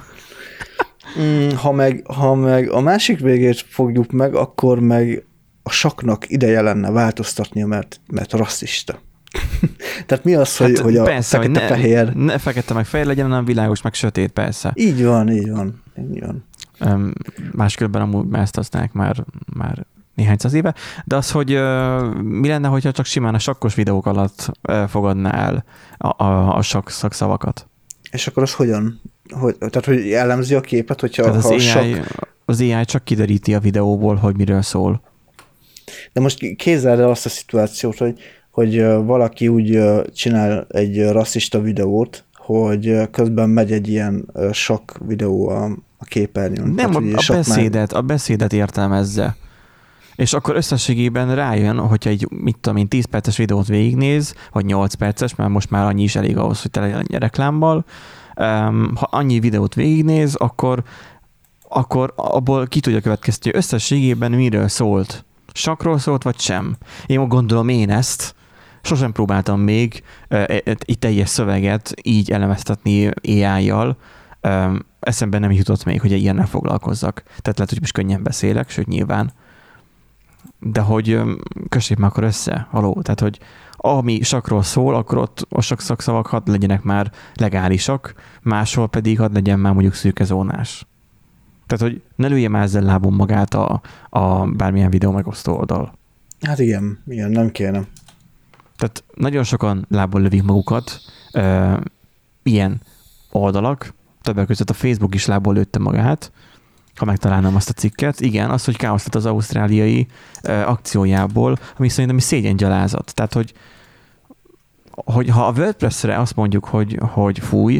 Ha meg a másik végét fogjuk meg, akkor meg a saknak ideje lenne változtatnia, mert rasszista. Tehát mi az, hogy a fekete-fehér... Ne fekete meg fehér legyen, hanem világos meg sötét, persze. Így van. Máskülönben amúgy ezt használják már néhány száz éve, de az, hogy mi lenne, hogyha csak simán a sakkos videók alatt fogadná el a szakszavakat? És akkor az hogyan? Tehát, hogy elemzi a képet, hogyha az AI csak kideríti a videóból, hogy miről szól. De most kézzel el azt a szituációt, hogy valaki úgy csinál egy rasszista videót, hogy közben megy egy ilyen sakk videó a képernyőn. Nem, a beszédet értelmezze. És akkor összességében rájön, hogyha egy, 10 perces videót végignéz, vagy 8 perces, mert most már annyi is elég ahhoz, hogy tele legyen reklámmal. Ha annyi videót végignéz, akkor abból ki tudja következtetni, hogy összességében miről szólt. Sakkról szólt, vagy sem. Én gondolom ezt, sosem próbáltam még egy teljes szöveget így elemeztetni AI-jal. Eszembe nem jutott még, hogy ilyennel foglalkozzak. Tehát lehet, hogy most könnyen beszélek, sőt nyilván. De hogy kössék már akkor össze, haló. Tehát, hogy ami sakról szól, akkor ott a szakszavak hadd legyenek már legálisak, máshol pedig hadd legyen már mondjuk szürkezónás. Tehát, hogy ne lője már ezzel lábon magát a bármilyen videó megosztó oldal. Hát igen, nem kéne. Tehát nagyon sokan lábon lövik magukat ilyen oldalak, többek között a Facebook is lábon lőtte magát, ha megtalálnám azt a cikket. Igen, az, hogy káosztat az ausztráliai akciójából, ami szerintem egy szégyengyalázat. Tehát, hogy ha a WordPress-re azt mondjuk, hogy fúj,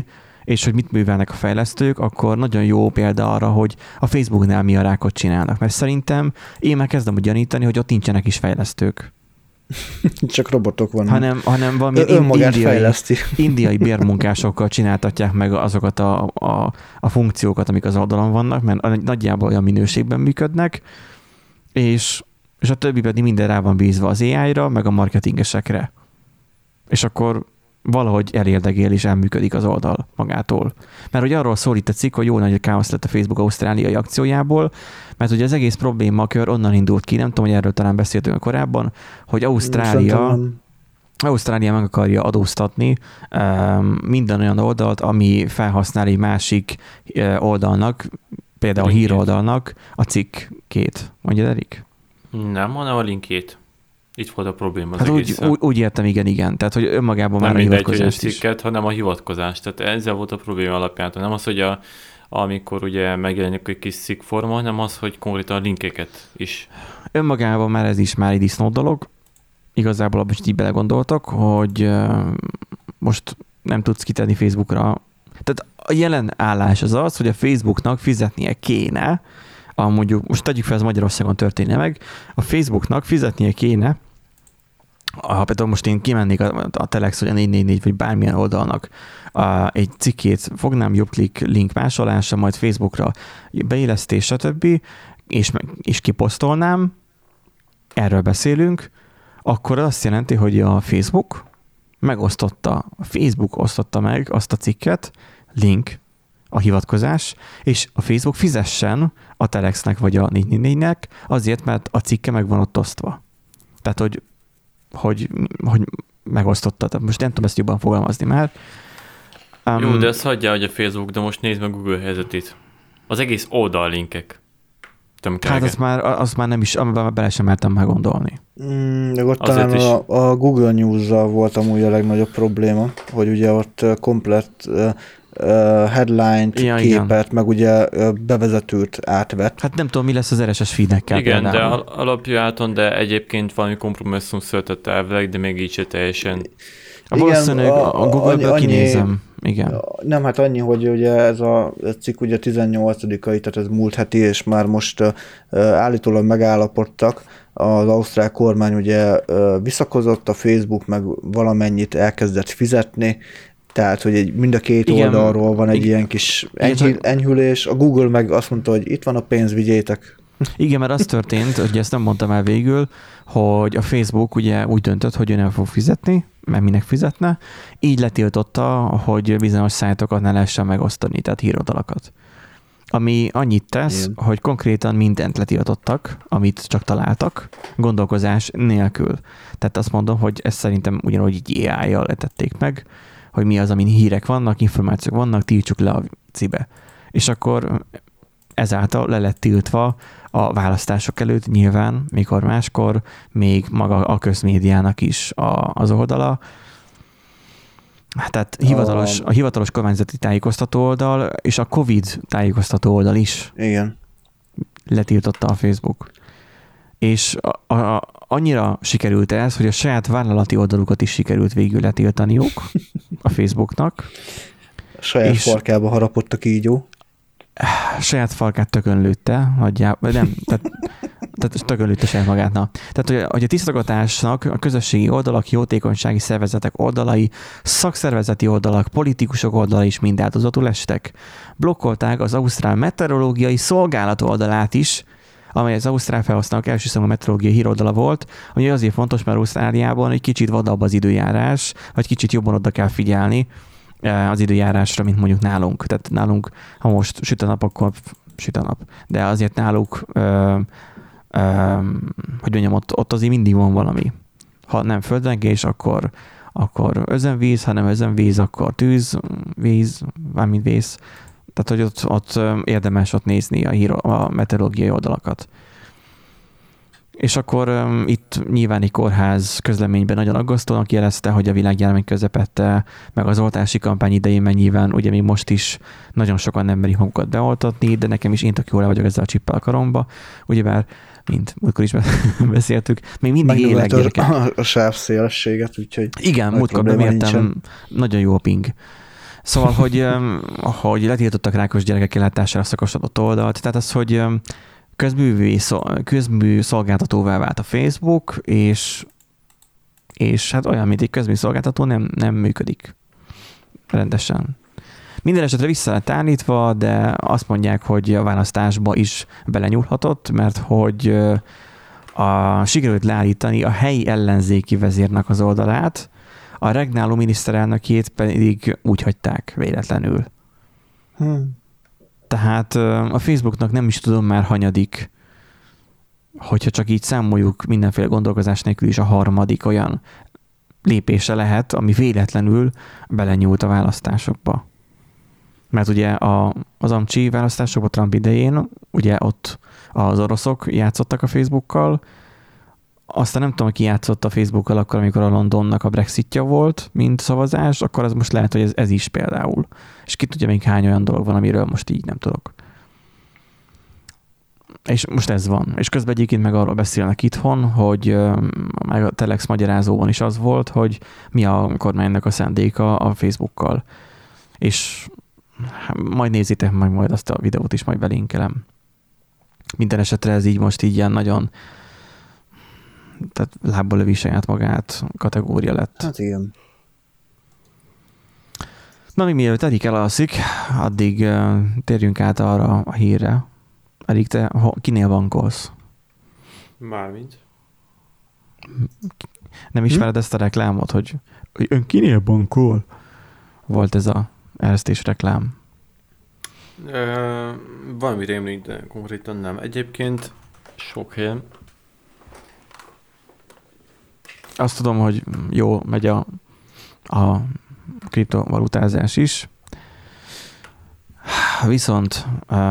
és hogy mit művelnek a fejlesztők, akkor nagyon jó példa arra, hogy a Facebooknál mi a rákot csinálnak. Mert szerintem én már kezdem úgy gyanítani, hogy ott nincsenek is fejlesztők. Csak robotok vannak. Hanem valami indiai bérmunkásokkal csináltatják meg azokat a funkciókat, amik az oldalon vannak, mert nagyjából olyan minőségben működnek, és a többi pedig minden rá van bízva az AI-ra, meg a marketingesekre. És akkor valahogy elérdegél és elműködik az oldal magától. Mert hogy arról szól itt a cikk, hogy jó nagy káosz lett a Facebook ausztráliai akciójából, mert ugye az egész problémakör onnan indult ki, nem tudom, hogy erről talán beszéltünk korábban, hogy Ausztrália meg akarja adóztatni minden olyan oldalt, ami felhasznál egy másik oldalnak, például a híroldalnak a cikkét. Mondja, Erik? Nem, hanem a linkjét. Itt volt a probléma az hát egészen. úgy értem, igen. Tehát, hogy önmagában nem már a hivatkozást is. Cikket, hanem a hivatkozást. Tehát ezzel volt a probléma alapján. Nem az, hogy amikor ugye megjelenik egy kis cikkforma, hanem az, hogy konkrétan a linkeket is. Önmagában már ez is már egy disznó dolog. Igazából abban is így belegondoltak, hogy most nem tudsz kitenni Facebookra. Tehát a jelen állás az, hogy a Facebooknak fizetnie kéne, mondjuk, most tegyük fel, ez Magyarországon történne meg, a Facebooknak fizetnie kéne, ha például most én kimennék a Telex, vagy a 444, vagy bármilyen oldalnak egy cikkét fognám, jobbklik, link másolása, majd Facebookra beillesztés, stb., és kiposztolnám, erről beszélünk, akkor azt jelenti, hogy a Facebook osztotta meg azt a cikket, link, a hivatkozás, és a Facebook fizessen a Telexnek vagy a 444-nek azért, mert a cikke meg van ott osztva. Tehát, hogy megosztotta. Tehát most nem tudom ezt jobban fogalmazni már. Jó, de ezt hagyja, hogy a Facebook, de most nézd meg Google helyzetét. Az egész oldallinkek. Hát azt már nem is, amiben bele sem mertem már gondolni. De ott talán a Google News-zal volt amúgy a legnagyobb probléma, hogy ugye ott komplett headline-t, képet, igen. Meg ugye bevezetőt átvett. Hát nem tudom, mi lesz az RSS feed-nekkel. Igen, például. De alapjáton, de egyébként valami kompromisszum született elvileg, de még így se teljesen. Valószínűleg a Google-ből kinézem. Igen. Nem, hát annyi, hogy ugye ez a cikk ugye 18-ai, tehát ez múlt heti, és már most állítólag megállapodtak. Az ausztrál kormány ugye visszakozott, a Facebook meg valamennyit elkezdett fizetni, tehát, hogy mind a két oldalról van egy ilyen kis enyhülés. A Google meg azt mondta, hogy itt van a pénz, vigyétek. Igen, mert az történt, hogy ezt nem mondtam el végül, hogy a Facebook ugye úgy döntött, hogy ő nem fog fizetni, mert minek fizetne, így letiltotta, hogy bizonyos szájtokat ne lehessen megosztani, tehát híroldalakat. Ami annyit tesz, igen. Hogy konkrétan mindent letiltottak, amit csak találtak, gondolkozás nélkül. Tehát azt mondom, hogy ezt szerintem ugyanúgy így AI-jal letették meg, hogy mi az, amin hírek vannak, információk vannak, tiltsuk le a cibe. És akkor ezáltal le lett tiltva a választások előtt nyilván, mikor máskor, még maga a közmédiának is az oldala. Tehát a hivatalos kormányzati tájékoztató oldal és a COVID tájékoztató oldal is. Igen. Letiltotta a Facebook. És annyira sikerült ez, hogy a saját vállalati oldalukat is sikerült végül letiltaniuk a Facebooknak. A saját farkába harapott a kígyó. Saját farkát tökön lőtte, nagyjából, nem, tehát tökön lőtte saját magát. Tehát, hogy a tisztogatásnak a közösségi oldalak, jótékonysági szervezetek oldalai, szakszervezeti oldalak, politikusok oldalai is mind áldozatul estek. Blokkolták az Ausztrál Meteorológiai Szolgálat oldalát is, amely az ausztrál felhasználók első számú meteorológiai híroldala volt, ami azért fontos, mert Ausztráliában egy kicsit vadabb az időjárás, vagy kicsit jobban oda kell figyelni az időjárásra, mint mondjuk nálunk. Tehát nálunk, ha most süt a nap, akkor süt a nap. De azért náluk, hogy mondjam, ott azért mindig van valami. Ha nem földrengés, akkor özönvíz, ha nem özönvíz, akkor tűz, víz, valamint vész. Tehát, hogy ott érdemes ott nézni a meteorológiai oldalakat. És akkor itt nyilván egy kórház közleményben nagyon aggasztónak jelezte, hogy a világjárvány közepette, meg az oltási kampány idején, mert nyilván ugye mi most is nagyon sokan nem merik magukat beoltatni, de nekem is én tök jól le vagyok ezzel a csippel a karomba, ugyebár, mint múltkor is beszéltük, még mindig élek gyerekek. A sávszélességet, úgyhogy... Igen, múltkor bemértem, nagyon jó a ping. Szóval, hogy letiltottak rákos gyerekek ellátására szakosodott oldalt, tehát az, hogy közmű szolgáltatóvá vált a Facebook, és hát olyan, mint egy közmű szolgáltató nem működik rendesen. Minden esetre vissza lett állítva, de azt mondják, hogy a választásba is belenyúlhatott, mert hogy sikerült leállítani a helyi ellenzéki vezérnek az oldalát, a regnáló miniszterelnökét pedig úgy hagyták véletlenül. Tehát a Facebooknak nem is tudom már hanyadik, hogyha csak így számoljuk mindenféle gondolkozás nélkül is a harmadik olyan lépése lehet, ami véletlenül belenyúlt a választásokba. Mert ugye az amcsi választásokban Trump idején, ugye ott az oroszok játszottak a Facebookkal, aztán nem tudom, ki játszott a Facebookkal akkor, amikor a Londonnak a Brexitja volt, mint szavazás, akkor az most lehet, hogy ez is például. És ki tudja, még hány olyan dolog van, amiről most így nem tudok. És most ez van. És közben egyébként meg arról beszélnek itthon, hogy meg a Telex magyarázóban is az volt, hogy mi a kormánynak a szándéka a Facebookkal. És majd nézzétek meg majd azt a videót is, majd belinkelem. Minden esetre ez így most így ilyen nagyon tehát lábbal lövi saját magát kategória lett. Hát igen. Na, még mielőtt Erik elalszik, addig térjünk át arra a hírre. Erik, te kinél bankolsz? Mármint. Nem ismered ezt a reklámot, hogy ön kinél bankol? Volt ez a eresztés reklám. Valami rémlik, de konkrétan nem. Egyébként sok helyen. Azt tudom, hogy jó megy a kriptovalutázás is. Viszont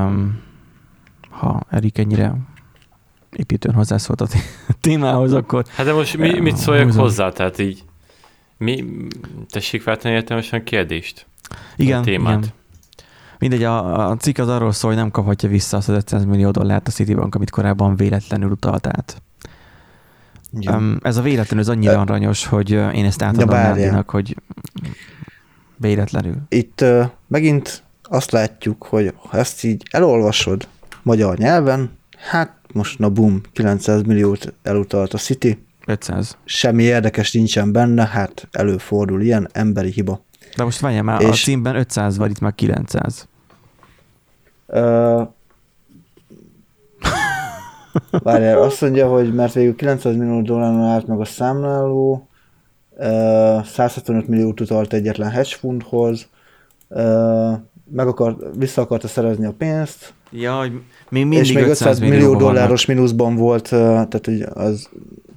ha Erik ennyire építően hozzászólt a témához, akkor... Hát de most mit szóljak hozzá? Tehát így tessék váltani értelmesen kérdést? Igen, a témát. Igen. Mindegy, a cikk az arról szól, hogy nem kaphatja vissza azt az $500 millió a Citibank, amit korábban véletlenül utalt át. Ez a véletlenül az annyira aranyos, hogy én ezt átadom Nándinak, hogy véletlenül. Itt megint azt látjuk, hogy ha ezt így elolvasod magyar nyelven, hát most na bum, 900 milliót elutalt a City. 500. Semmi érdekes nincsen benne, hát előfordul ilyen emberi hiba. De most várjál már, a címben 500 van, itt már 900. Várjál, azt mondja, hogy mert végül $900 millió állt meg a számláló, 175 milliót utalt egyetlen hedge fundhoz, vissza akarta szerezni a pénzt, ja, hogy még mindig és még 500 millió dolláros mínuszban volt, tehát hogy az...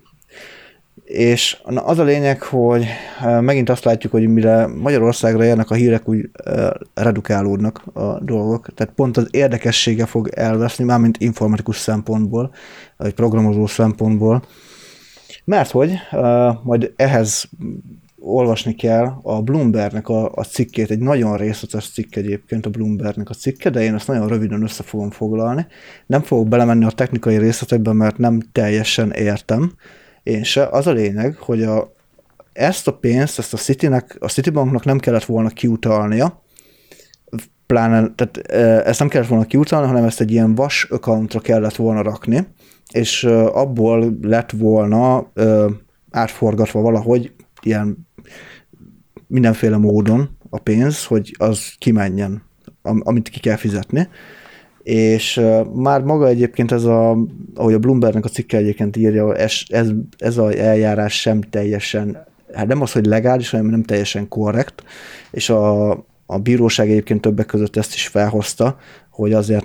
És az a lényeg, hogy megint azt látjuk, hogy mire Magyarországra érnek a hírek, úgy redukálódnak a dolgok. Tehát pont az érdekessége fog elveszni, mármint informatikus szempontból, vagy programozó szempontból. Mert hogy majd ehhez olvasni kell a Bloombergnek a cikkét, egy nagyon részletes cikk egyébként a Bloombergnek a cikke, de én ezt nagyon röviden össze fogom foglalni. Nem fogok belemenni a technikai részletekbe, mert nem teljesen értem. Én se. Az a lényeg, hogy ezt a pénzt, ezt a Citibanknak nem kellett volna kiutalnia, pláne, tehát ezt nem kellett volna kiutalni, hanem ezt egy ilyen vas accountra kellett volna rakni, és abból lett volna átforgatva valahogy ilyen mindenféle módon a pénz, hogy az kimenjen, amit ki kell fizetni. És már maga egyébként ahogy a Bloombergnek a cikke egyébként írja, ez az eljárás sem teljesen, hát nem az, hogy legális, hanem nem teljesen korrekt, és a bíróság egyébként többek között ezt is felhozta, hogy azért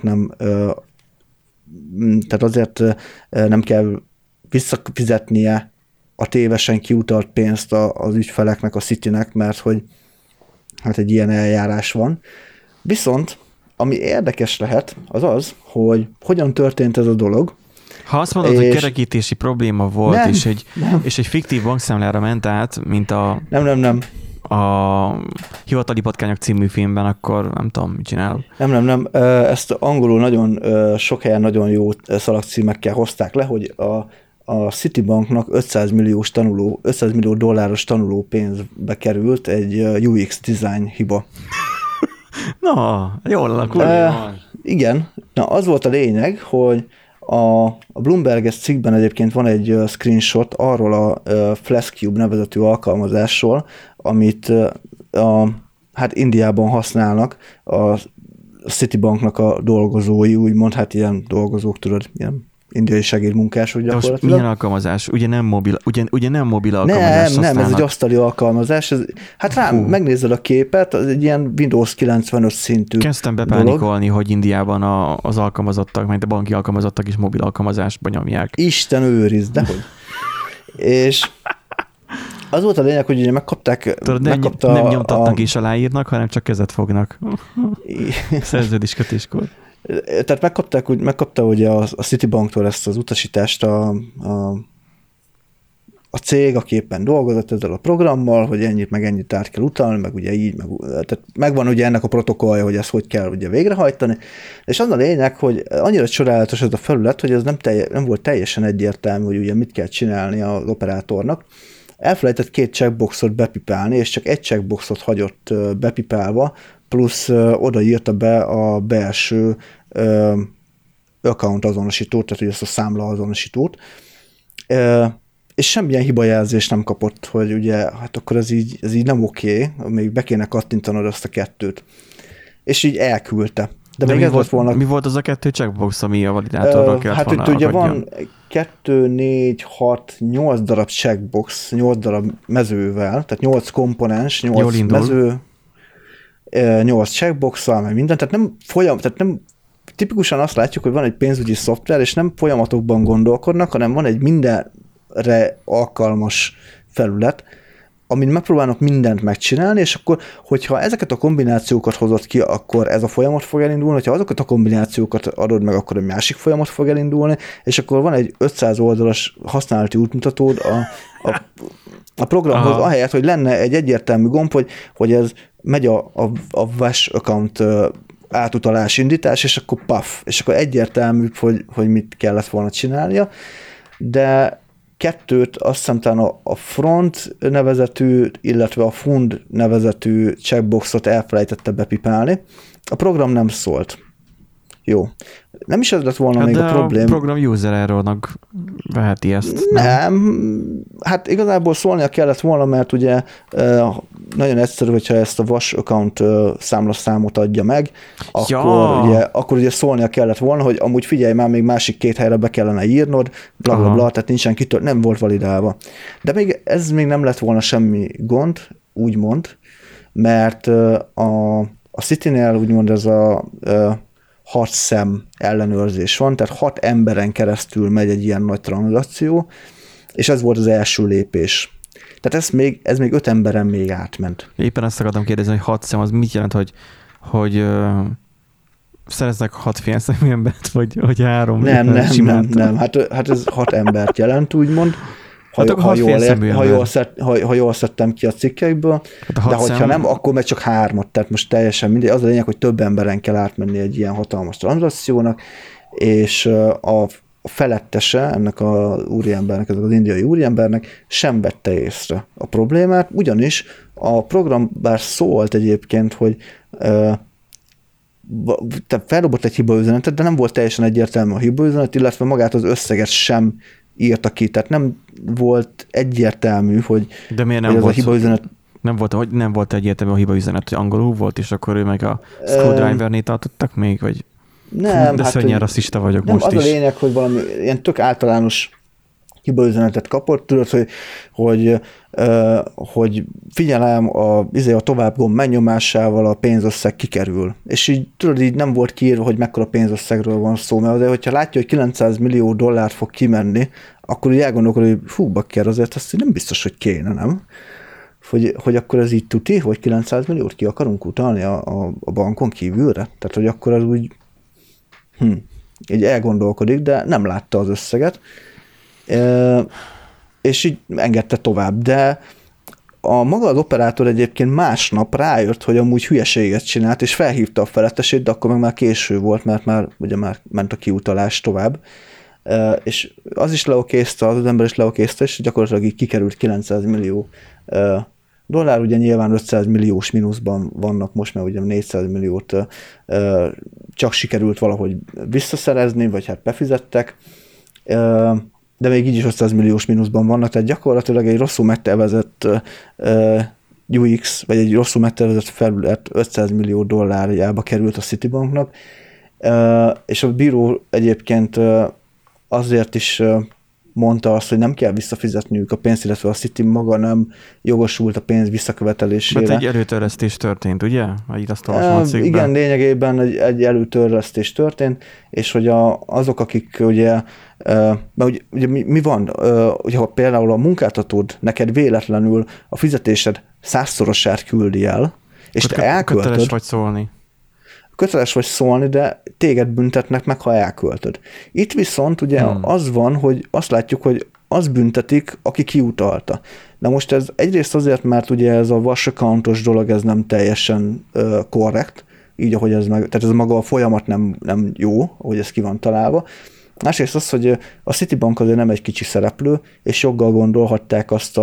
nem kell visszafizetnie a tévesen kiutalt pénzt az ügyfeleknek, a Citynek, mert hogy hát egy ilyen eljárás van. Viszont ami érdekes lehet, az az, hogy hogyan történt ez a dolog. Ha azt mondod, hogy kerekítési probléma volt, és egy fiktív bankszámlára ment át, mint Nem. A Hivatali Patkányok című filmben, akkor nem tudom, mit csinál. Nem. Ezt angolul nagyon sok helyen nagyon jó szalagcímekkel hozták le, hogy a Citibanknak 500 millió dolláros tanuló pénzbe került egy UX design hiba. Na, jól alakul. Igen, na az volt a lényeg, hogy a Bloomberg-es cikkben egyébként van egy screenshot arról a FlashCube nevezetű alkalmazásról, amit hát Indiában használnak a Citibanknak a dolgozói, úgymond, hát ilyen dolgozók, tudod, ilyen indiai segédmunkások gyakorlatilag. Most milyen alkalmazás? Ugye nem mobil alkalmazás? Nem, ez egy asztali alkalmazás. Hát rám megnézed a képet, az egy ilyen Windows 95 szintű Kezdtem bepánikolni, hogy Indiában az alkalmazottak, meg a banki alkalmazottak is mobil alkalmazásba nyomják. Isten őrizd, dehogy. És az volt a lényeg, hogy ugye megkapták... Nem nyomtatnak és aláírnak, hanem csak kezet fognak. Szerződéskötéskor. Tehát megkapta ugye a Citibanktól ezt az utasítást a cég, aki éppen dolgozott ezzel a programmal, hogy ennyit meg ennyit át kell utalni, meg ugye így, tehát megvan ugye ennek a protokollja, hogy ezt hogy kell ugye végrehajtani, és az a lényeg, hogy annyira csodálatos ez a felület, hogy ez nem volt teljesen egyértelmű, hogy ugye mit kell csinálni az operátornak. Elfelejtett 2 checkboxot bepipálni, és csak egy checkboxot hagyott bepipálva, plusz odaírta be a belső account azonosítót, tehát ugye ezt a számla azonosítót, és semmilyen hibajelzést nem kapott, hogy ugye, hát akkor ez így nem oké, még be kéne kattintanod azt a 2-t. És így elküldte. De még ez volt volna... Mi volt az a 2 checkbox, ami a validátorról kellett volna? Hát itt ugye van 2, 4, 6, 8 darab checkbox, 8 darab mezővel, tehát 8 komponens, 8 mező, 8 checkbox-szal, meg minden, tehát nem tipikusan azt látjuk, hogy van egy pénzügyi szoftver, és nem folyamatokban gondolkodnak, hanem van egy mindenre alkalmas felület, amin megpróbálnak mindent megcsinálni, és akkor, hogyha ezeket a kombinációkat hozod ki, akkor ez a folyamat fog elindulni, hogyha azokat a kombinációkat adod meg, akkor egy másik folyamat fog elindulni, és akkor van egy 500 oldalas használati útmutatód a programhoz, ahelyett, hogy lenne egy egyértelmű gomb, hogy ez megy a Wash account átutalás indítás, és akkor paf, és akkor egyértelmű, hogy mit kellett volna csinálnia, de 2 azt hiszem talán a front nevezetű, illetve a fund nevezetű checkboxot elfelejtette bepipálni. A program nem szólt. Jó. Nem is ez lett volna még a problém. De a program user errornak veheti ezt. Nem. Hát igazából szólnia kellett volna, mert ugye nagyon egyszerű, hogyha ezt a Wash account számlaszámot adja meg, akkor ugye szólnia kellett volna, hogy amúgy figyelj már, még másik 2 helyre be kellene írnod, blablabla, tehát nincsen nem volt validálva. De ez még nem lett volna semmi gond, úgymond, mert a City-nél úgymond ez a 6 szem ellenőrzés van, tehát 6 emberen keresztül megy egy ilyen nagy tranzakció, és ez volt az első lépés. Tehát ez még 5 emberen még átment. Éppen ezt akartam kérdezni, hogy 6 szem, az mit jelent, hogy szereznek 6 félszemű embert, vagy 3? Nem. Hát ez 6 embert jelent, úgymond. Ha jól szedtem ki a cikkeikből, de hogyha nem, akkor meg csak 3, tehát most teljesen mindegy. Az a lényeg, hogy több emberen kell átmenni egy ilyen hatalmas tranzakciónak, és a felettese ennek az úriembernek, az indiai úriembernek sem vette észre a problémát, ugyanis a program bár szólt egyébként, hogy feldobott egy hibaüzenetet, de nem volt teljesen egyértelmű a hibaüzenet, illetve magát az összeget sem írta ki, tehát nem volt egyértelmű, hogy de miért nem volt, a hibaüzenet... Nem volt egyértelmű a hibaüzenet, hogy angolul volt, és akkor ő meg a screwdriver-nél tartottak még, vagy nem, de szörnyen rasszista vagyok nem, most az is. A lényeg, hogy valami ilyen tök általános hibaüzenetet kapott, tudod, hogy figyelem, a tovább gomb megnyomásával a pénzösszeg kikerül. És így tudod, így nem volt kiírva, hogy mekkora pénzösszegről van szó, mert azért, hogyha látja, hogy $900 millió fog kimenni, akkor így elgondolkod, hogy fú, bakker, azért azt nem biztos, hogy kéne, nem? Hogy akkor ez így tuti, hogy 900 milliót ki akarunk utalni a bankon kívülre? Tehát, hogy akkor az úgy így elgondolkodik, de nem látta az összeget. És így engedte tovább, de a maga az operátor egyébként másnap rájött, hogy amúgy hülyeséget csinált, és felhívta a felettesét, de akkor meg már késő volt, mert már ment a kiutalás tovább. És az is leokézte, az ember is leokézte, és gyakorlatilag így kikerült 900 millió dollár, ugye nyilván 500 milliós mínuszban vannak most, mert ugye 400 milliót csak sikerült valahogy visszaszerezni, vagy hát befizettek, de még így is 500 milliós mínuszban vannak, tehát gyakorlatilag egy rosszul megtervezett UX, vagy egy rosszul megtervezett felület 500 millió dollárjába került a Citibanknak, és a bíró egyébként azért is mondta azt, hogy nem kell visszafizetniük a pénzt, illetve a Citi maga nem jogosult a pénz visszakövetelésére. Mert egy előtörlesztés történt, ugye? Így azt olvasom, igen, lényegében egy előtörlesztés történt, és hogy azok, akik ugye, mert ugye mi van, hogyha például a munkáltatód neked véletlenül a fizetésed 100-szorosát küldi el, és te elköltöd. Köteles vagy szólni. Köteles vagy szólni, de téged büntetnek meg, ha elköltöd. Itt viszont ugye az van, hogy azt látjuk, hogy az büntetik, aki kiutalta. Na most ez egyrészt azért, mert ugye ez a wash accountos dolog, ez nem teljesen korrekt, így ahogy ez meg, tehát ez maga a folyamat nem jó, ahogy ez ki van találva. Másrészt az, hogy a Citibank azért nem egy kicsi szereplő, és joggal gondolhatták azt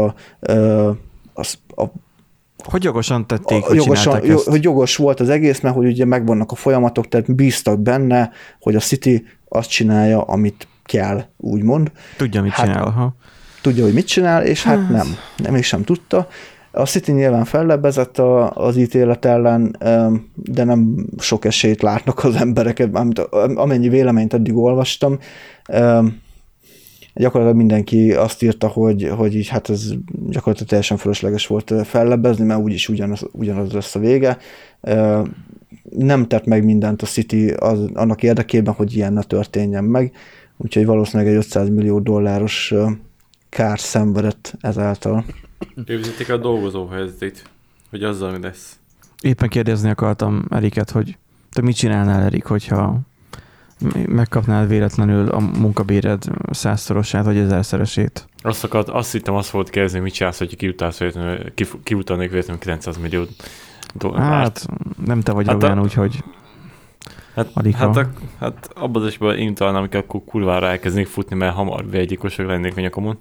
hogy jogosan tették, hogy csinálták ezt? Hogy jogos volt az egész, mert hogy ugye megvannak a folyamatok, tehát bíztak benne, hogy a Citi azt csinálja, amit kell, úgymond. Tudja, mit csinál. Ha. Tudja, hogy mit csinál, és hát nem is sem tudta. A Citi nyilván fellebbezett az ítélet ellen, de nem sok esélyt látnak az emberek, amennyi véleményt eddig olvastam. Gyakorlatilag mindenki azt írta, hogy így hát ez gyakorlatilag teljesen fölösleges volt fellebbezni, mert úgyis ugyanaz lesz a vége. Nem tett meg mindent a Citi annak érdekében, hogy ilyen ne történjen meg, úgyhogy valószínűleg egy 500 millió dolláros kár szenvedett ezáltal. Képzeljétek a dolgozó helyzetét, hogy azzal mi lesz. Éppen kérdezni akartam Eriket, hogy te mit csinálnál, Erik, hogyha megkapnál véletlenül a munkabéred 100-szorosát, vagy 1000-szeresét? Azt hittem, azt volt kérdezni, mit csinálsz, hogy kiutalnék véletlenül 900 millió dollárt. Hát, nem te vagy olyan, úgyhogy Hát abban az esetben én talán, amikor akkor kurvára elkezdenék futni, mert hamar vegygyilkosok lennék nyakomon.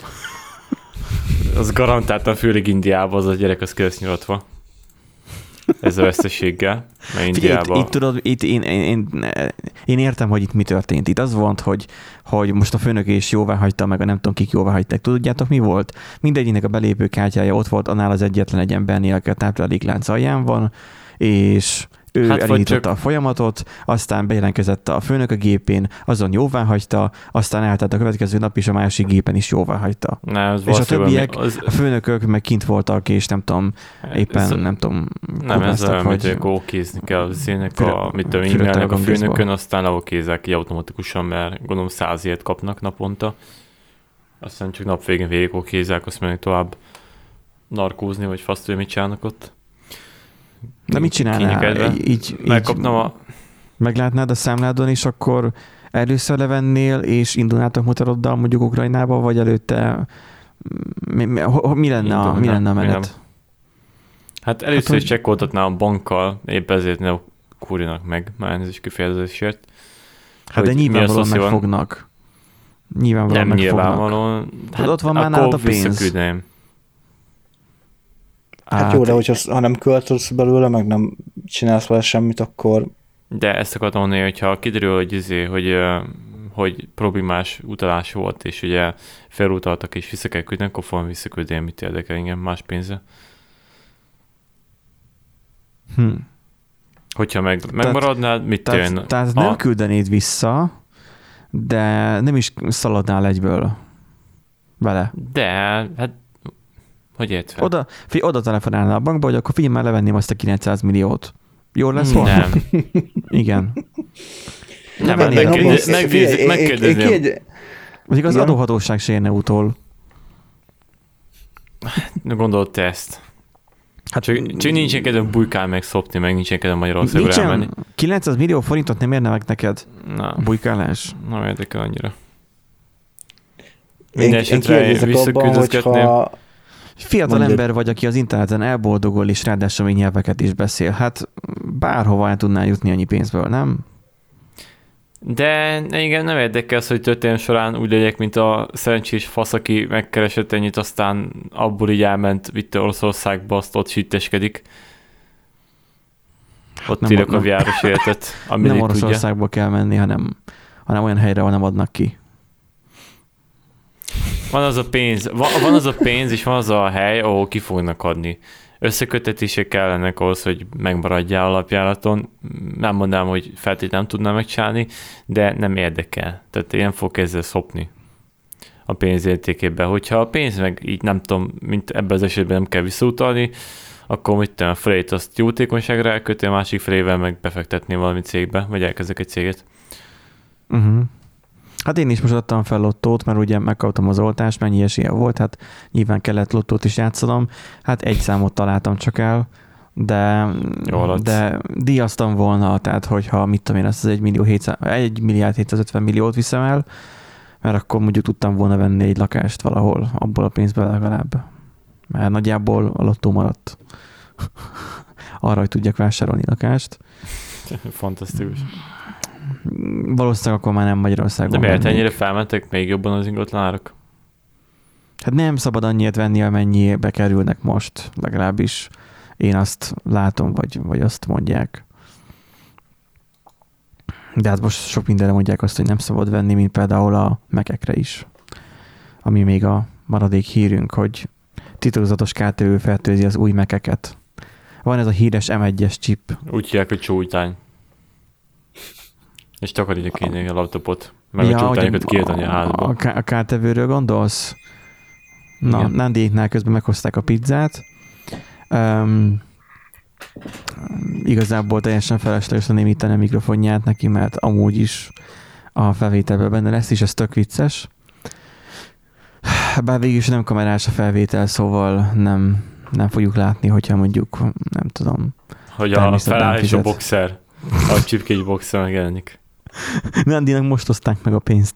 Az garantáltan, főleg Indiában az a gyerek az keresztnyilatva. Ez a veszteséggel, mert Indiában... Itt tudod, én értem, hogy itt mi történt. Itt az volt, hogy most a főnök is jóvá hagyta, meg a nem tudom kik jóvá hagyták. Tudjátok, mi volt? Mindegyiknek a belépő kártyája ott volt, annál az egyetlen egy embernél, aki a tápláléklánc alján van, és ő elindította a folyamatot, aztán bejelentkezett a főnök a gépén, azon jóvá hagyta, aztán eltelt a következő nap is a másik gépen is jóvá hagyta. És a többiek, a főnökök meg kint voltak, és nem tudom, éppen nem tudom, nem ez olyan, hogy okézni kell az szének, amit e-mailnek a főnökön, aztán okézzák ki automatikusan, mert gondolom 100 ilyet kapnak naponta. Aztán csak nap végén végig okézzák, azt mennek tovább narkózni, vagy fasztól, mit csinálnak ott. De mit csinálnál? Így meglátnád a számládon, és akkor először levennél, és indulnátok motoroddal mondjuk Ukrajnába, vagy előtte mi lenne a menet? Hát először is csekkoltatnál a bankkal, épp ezért ne kúrjanak meg, már ez is kifejezésért. Hát de nyilvánvalóan megfognak. Nem nyilvánvalóan. Hát ott van már nálad a pénz. Visszaküldném. Hát jó, de ha nem költözsz belőle, meg nem csinálsz vele semmit, akkor... De ezt akartam mondani, hogyha kiderül, hogy problémás utalás volt, és ugye felutaltak és vissza kell küldeni, akkor fogom visszaküldeni, mit érdekel engem más pénze. Hogyha megmaradnál, mit tűn? Tehát nem küldenéd vissza, de nem is szaladnál egyből vele. De, hát hogy értve? Oda telefonálnál a bankba, hogy akkor figyelj már, levenném azt a 900 milliót. Jól lesz? Nem. Igen. Nem, megkérdezném. Mondjuk az adóhatóság se érne utól. Gondolod te ezt. Hát csak nincsen kedvem bujkál meg szopni, meg nincsen kedvem Magyarországra elmenni. 900 millió forintot nem érne meg neked? Bujkálás? Nem érdekel annyira. Minden esetre visszaküldözgetném. Fiatal ember vagy, aki az interneten elboldogol, és ráadásul még nyelveket is beszél. Hát bárhova el tudnál jutni annyi pénzből, nem? De igen, nem érdekel az, hogy történelem során úgy legyek, mint a szerencsés fasz, aki megkeresett ennyit, aztán abból így elment, vitte Oroszországba, azt ott sütteskedik. Ott írok a viáros életet, amit nem Oroszországba kell menni, hanem olyan helyre, ahol nem adnak ki. Van az a pénz, és van az a hely, ahol ki fognak adni. Összekötetések kellenek ahhoz, hogy megmaradjál alapjáraton. Nem mondanám, hogy feltétlenül nem tudnám megcsinálni, de nem érdekel. Tehát ilyen fog ezzel szopni a pénz értékében. Hogyha a pénz meg így nem tudom, mint ebben az esetben nem kell visszautalni, akkor mit tudom, a felét azt jótékonyságra elköti, a másik felével meg befektetni valami cégbe, vagy elkezdek egy céget. Hát én is most adtam fel lottót, mert ugye megkaptam az oltást, mennyi esélye volt, hát nyilván kellett lottót is játszanom, hát egy számot találtam csak el, de díjaztam volna, tehát hogyha mit tudom én, ezt az 1 milliárd 750 milliót viszem el, mert akkor mondjuk tudtam volna venni egy lakást valahol, abból a pénzből legalább. Mert nagyjából a lottó maradt arra, hogy tudjak vásárolni lakást. Fantasztikus. Valószínűleg akkor már nem Magyarországon. De miért ennyire felmentek még jobban az ingatlanárak? Hát nem szabad annyit venni, amennyibe kerülnek most, legalábbis én azt látom, vagy azt mondják. De hát most sok mindenre mondják azt, hogy nem szabad venni, mint például a Mac-ekre is. Ami még a maradék hírünk, hogy titokzatos kártevő fertőzi az új Mac-eket. Van ez a híres M1-es chip. Úgy hívják, hogy csújtány. És takarítja kéne a laptopot, meg a csútányokat kiadani a házba. A kártevőről gondolsz? Na, Nándéknál közben meghozták a pizzát. Igazából teljesen feleslegesen némíteni a mikrofonját neki, mert amúgy is a felvételben benne lesz, és ez tök vicces. Bár végül is nem kamerás a felvétel, szóval nem fogjuk látni, hogyha mondjuk, nem tudom. Hogy a felállás a boxer, a csipkés boxer megjelenik. Nándinak most hozták meg a pénzt.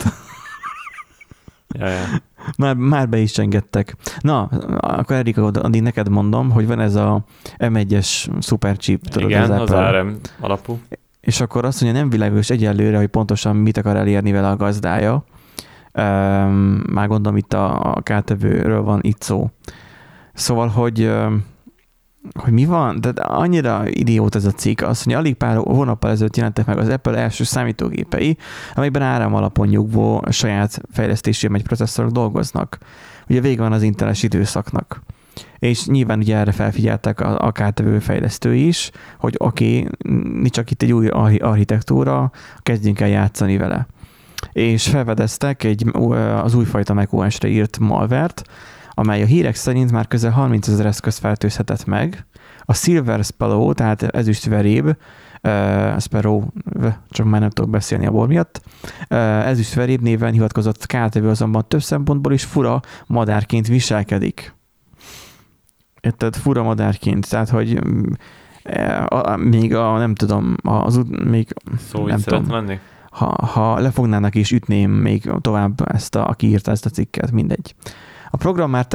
Ja. Már be is csengettek. Na, akkor Erika, addig neked mondom, hogy van ez a M1-es superchip. Igen, az ARM alapú. És akkor azt mondja, nem világos egyelőre, hogy pontosan mit akar elérni vele a gazdája. Már gondolom itt a kártevőről van itt szó. Szóval, hogy mi van, de annyira idiót ez a cikk, azt mondja, alig pár hónappal ezelőtt jelentek meg az Apple első számítógépei, amelyben áram alapon nyugvó saját fejlesztési egy processzorok dolgoznak. Ugye vége van az inteles időszaknak. És nyilván ugye erre felfigyeltek a kártevő fejlesztői is, hogy oké, csak itt egy új architektúra, kezdjünk el játszani vele. És felfedeztek az újfajta macOS-re írt malvert, amely a hírek szerint már közel 30 000 eszközt fertőzhetett meg. A Silver Sparrow, tehát ezüstveréb, Sparrow, csak már nem tudok beszélni a bor miatt, ezüstveréb néven hivatkozott kártevő azonban több szempontból is fura madárként viselkedik. Tehát fura madárként, tehát hogy még nem tudom, még nem tudom. Menni? Ha lefognának és ütném még tovább aki írta ezt a cikket, mindegy. A program már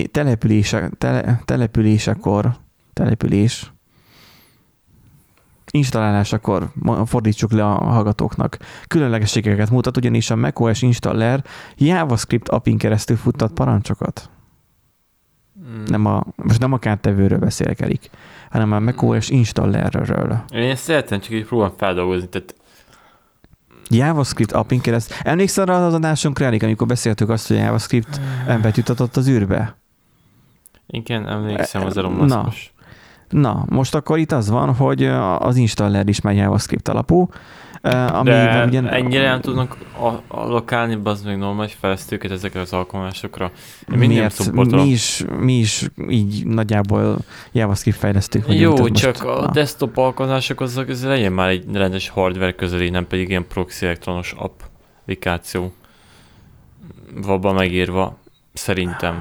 installálásakor fordítsuk le a hallgatóknak. Különlegességeket mutat, ugyanis a macOS installer JavaScript appin keresztül futtat parancsokat. Most nem a kártevőről beszélek, Erik, hanem a macOS installerről. Én ezt szeretem, csak így próbálom feldolgozni, tehát JavaScript appin keresztül. Emlékszel rá az adásunkra, Erik, amikor beszéltük azt, hogy a JavaScript betűt adott az űrbe? Igen, emlékszem az elomlasztós. Na, most akkor itt az van, hogy az installer is már JavaScript alapú. De ennyire nem tudnak allokálni bazd meg normális fejlesztőket ezekre az alkalmazásokra. Mi is így nagyjából JavaScript fejlesztők vagyunk. Jó, csak a desktop alkalmazások az legyen már egy rendes hardware közeli, nem pedig ilyen proxy elektronos applikáció. Valóban megírva, szerintem.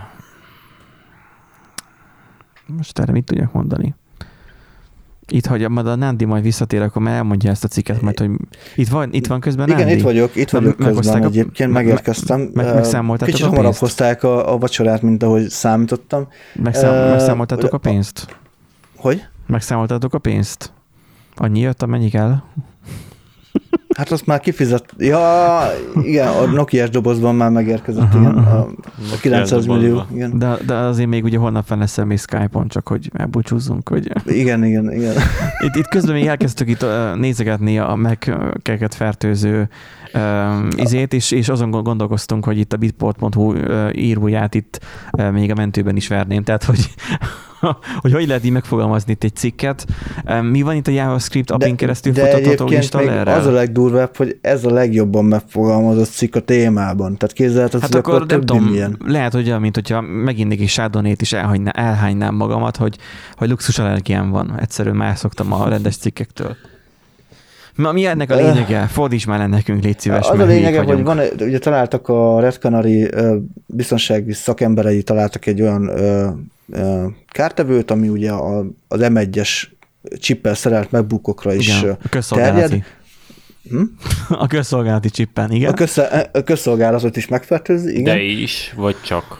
Most erre mit tudjak mondani? Itt hagyja, majd a Nándi majd visszatér, akkor már elmondja ezt a cikket, mert hogy itt van közben Nándi. Igen, itt vagyok közben egyébként, megérkeztem. Megszámoltátok kicsit hamarabb hozták a vacsorát, mint ahogy számítottam. Megszámoltátok a pénzt? Hogy? Megszámoltátok a pénzt? Annyi jött, amennyi kell? Hát azt már kifizet. Ja, igen, a Nokia-s dobozban már megérkezett, igen. A 900 millió. Igen. De azért még ugye holnap fenn lesz még Skype-on, csak hogy elbúcsúzzunk, hogy... Igen. Itt közben még elkezdtük itt nézegetni a Mac-eket fertőző izét, és azon gondolkoztunk, hogy itt a bitport.hu íróját itt még a mentőben is verném, tehát hogy lehet így megfogalmazni itt egy cikket. Mi van itt a JavaScript appin keresztül futtatható installerrel? Az a legdurvább, hogy ez a legjobban megfogalmazott cikk a témában. Tehát képzelhet, hát akkor nem tudom, lehet, hogy olyan, mint hogyha megint egy Chardonnay-t is elhánynám magamat, hogy luxus allergiám van. Egyszerűen már szoktam a rendes cikkektől. Mi ennek a lényege? Fordíts már nekünk, légy szíves. Az a lényege, hogy ugye találtak a Red Canary biztonsági szakemberei találtak egy olyan kártevőt, ami ugye az M1-es csippel szerelt MacBookokra is terjed. A közszolgálati csippen, igen. A közszolgálatot is megfertőzi, igen. De is, vagy csak?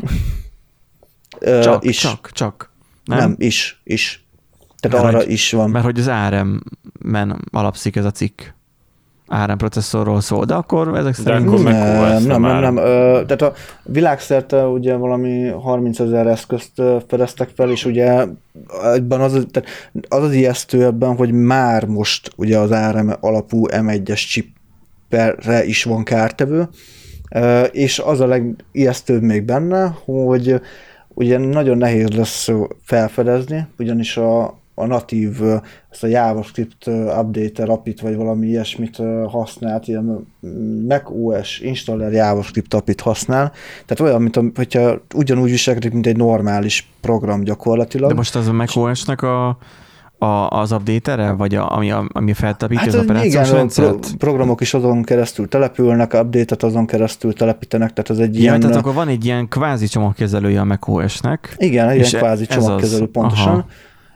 Csak. Nem, is. Tehát mert arra hogy, is van. Mert hogy az ARM-men alapszik ez a cikk. ARM processzorról szól, de akkor ezek szerint... Nem. Tehát a világszerte ugye valami 30 000 eszközt fedeztek fel, és ugye ebben az ijesztő ebben, hogy már most ugye az ARM alapú M1-es chipre is van kártevő, és az a legijesztőbb még benne, hogy ugye nagyon nehéz lesz felfedezni, ugyanis a natív, ezt a JavaScript updater appit, vagy valami ilyesmit használt, ilyen macOS installer JavaScript appit használ. Tehát olyan, mint hogyha ugyanúgy viselkedik, mint egy normális program gyakorlatilag. De most az a macOS-nek az updatere, vagy ami feltelepíti az operációs rendszert? Programok is azon keresztül települnek, update-et azon keresztül telepítenek, tehát az egy ilyen... tehát akkor van egy ilyen kvázi csomagkezelője a macOS-nek. Igen, egy ilyen kvázi csomagkezelő, pontosan. Aha.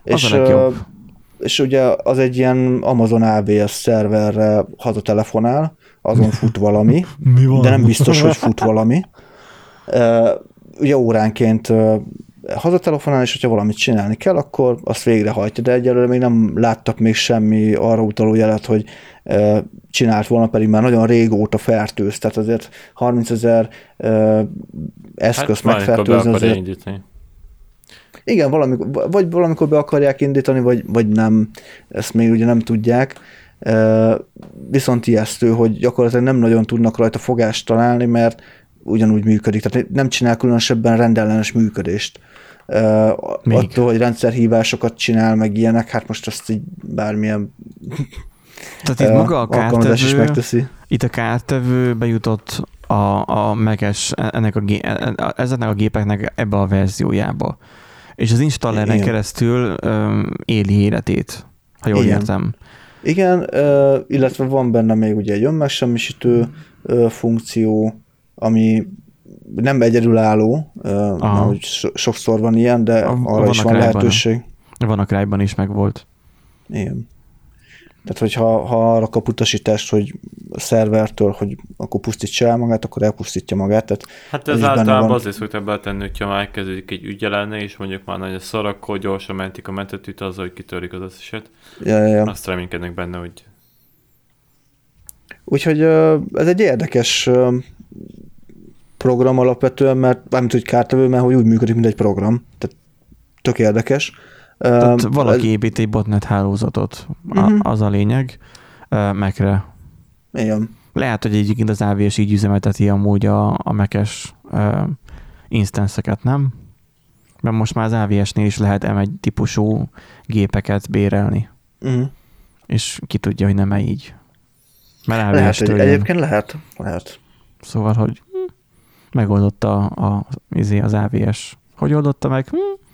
És ugye az egy ilyen Amazon AWS szerverre hazatelefonál, azon fut valami, de nem biztos, hogy fut valami. Ugye óránként hazatelefonál, és hogyha valamit csinálni kell, akkor azt végrehajtja, de egyelőre még nem láttak még semmi arra utaló jelet, hogy csinált volna, pedig már nagyon régóta fertőz, tehát azért 30 000 eszközt megfertőzni azért. Igen, vagy valamikor be akarják indítani, vagy nem, ezt még ugye nem tudják. Viszont ijesztő, hogy gyakorlatilag nem nagyon tudnak rajta fogást találni, mert ugyanúgy működik. Tehát nem csinál különösebben rendellenes működést. Attól, hogy rendszerhívásokat csinál, meg ilyenek, hát most azt így bármilyen tehát itt maga a alkalmazás is megteszi. Itt a kártevő bejutott a Mac-es ezeknek a gépeknek ebbe a verziójába. És az installeren keresztül éli életét, ha jól értem. Igen, illetve van benne még ugye egy önmegsemmisítő funkció, ami nem egyedülálló, ahogy sokszor van ilyen, de arra is van lehetőség. Van a Crybe-ban is megvolt. Igen. Tehát, hogyha arra kap utasítást, hogy a szervertől, hogy akkor pusztítsa el magát, akkor elpusztítja magát. Tehát hát ez általában azért szoktam beletenni, hogyha már elkezdődik egy ügy lenne, és mondjuk már nagy a szar, akkor gyorsan mentik a mentetűt azzal, hogy kitörik az összeset. Ja. Azt reménykednek benne, hogy... Úgyhogy ez egy érdekes program alapvetően, mert bármint, hogy kártevő, mert hogy úgy működik, mint egy program. Tehát tök érdekes. Tehát valaki épít egy botnet hálózatot, az a lényeg, Mac-re. Igen. Lehet, hogy egyébként az AWS így üzemelteti amúgy a Mac-es instance-eket, nem? Mert most már az AWS-nél is lehet M1 típusú gépeket bérelni. És ki tudja, hogy nem így. Mert lehet, egyébként lehet. Szóval, hogy megoldotta az AWS. Hogy oldotta meg?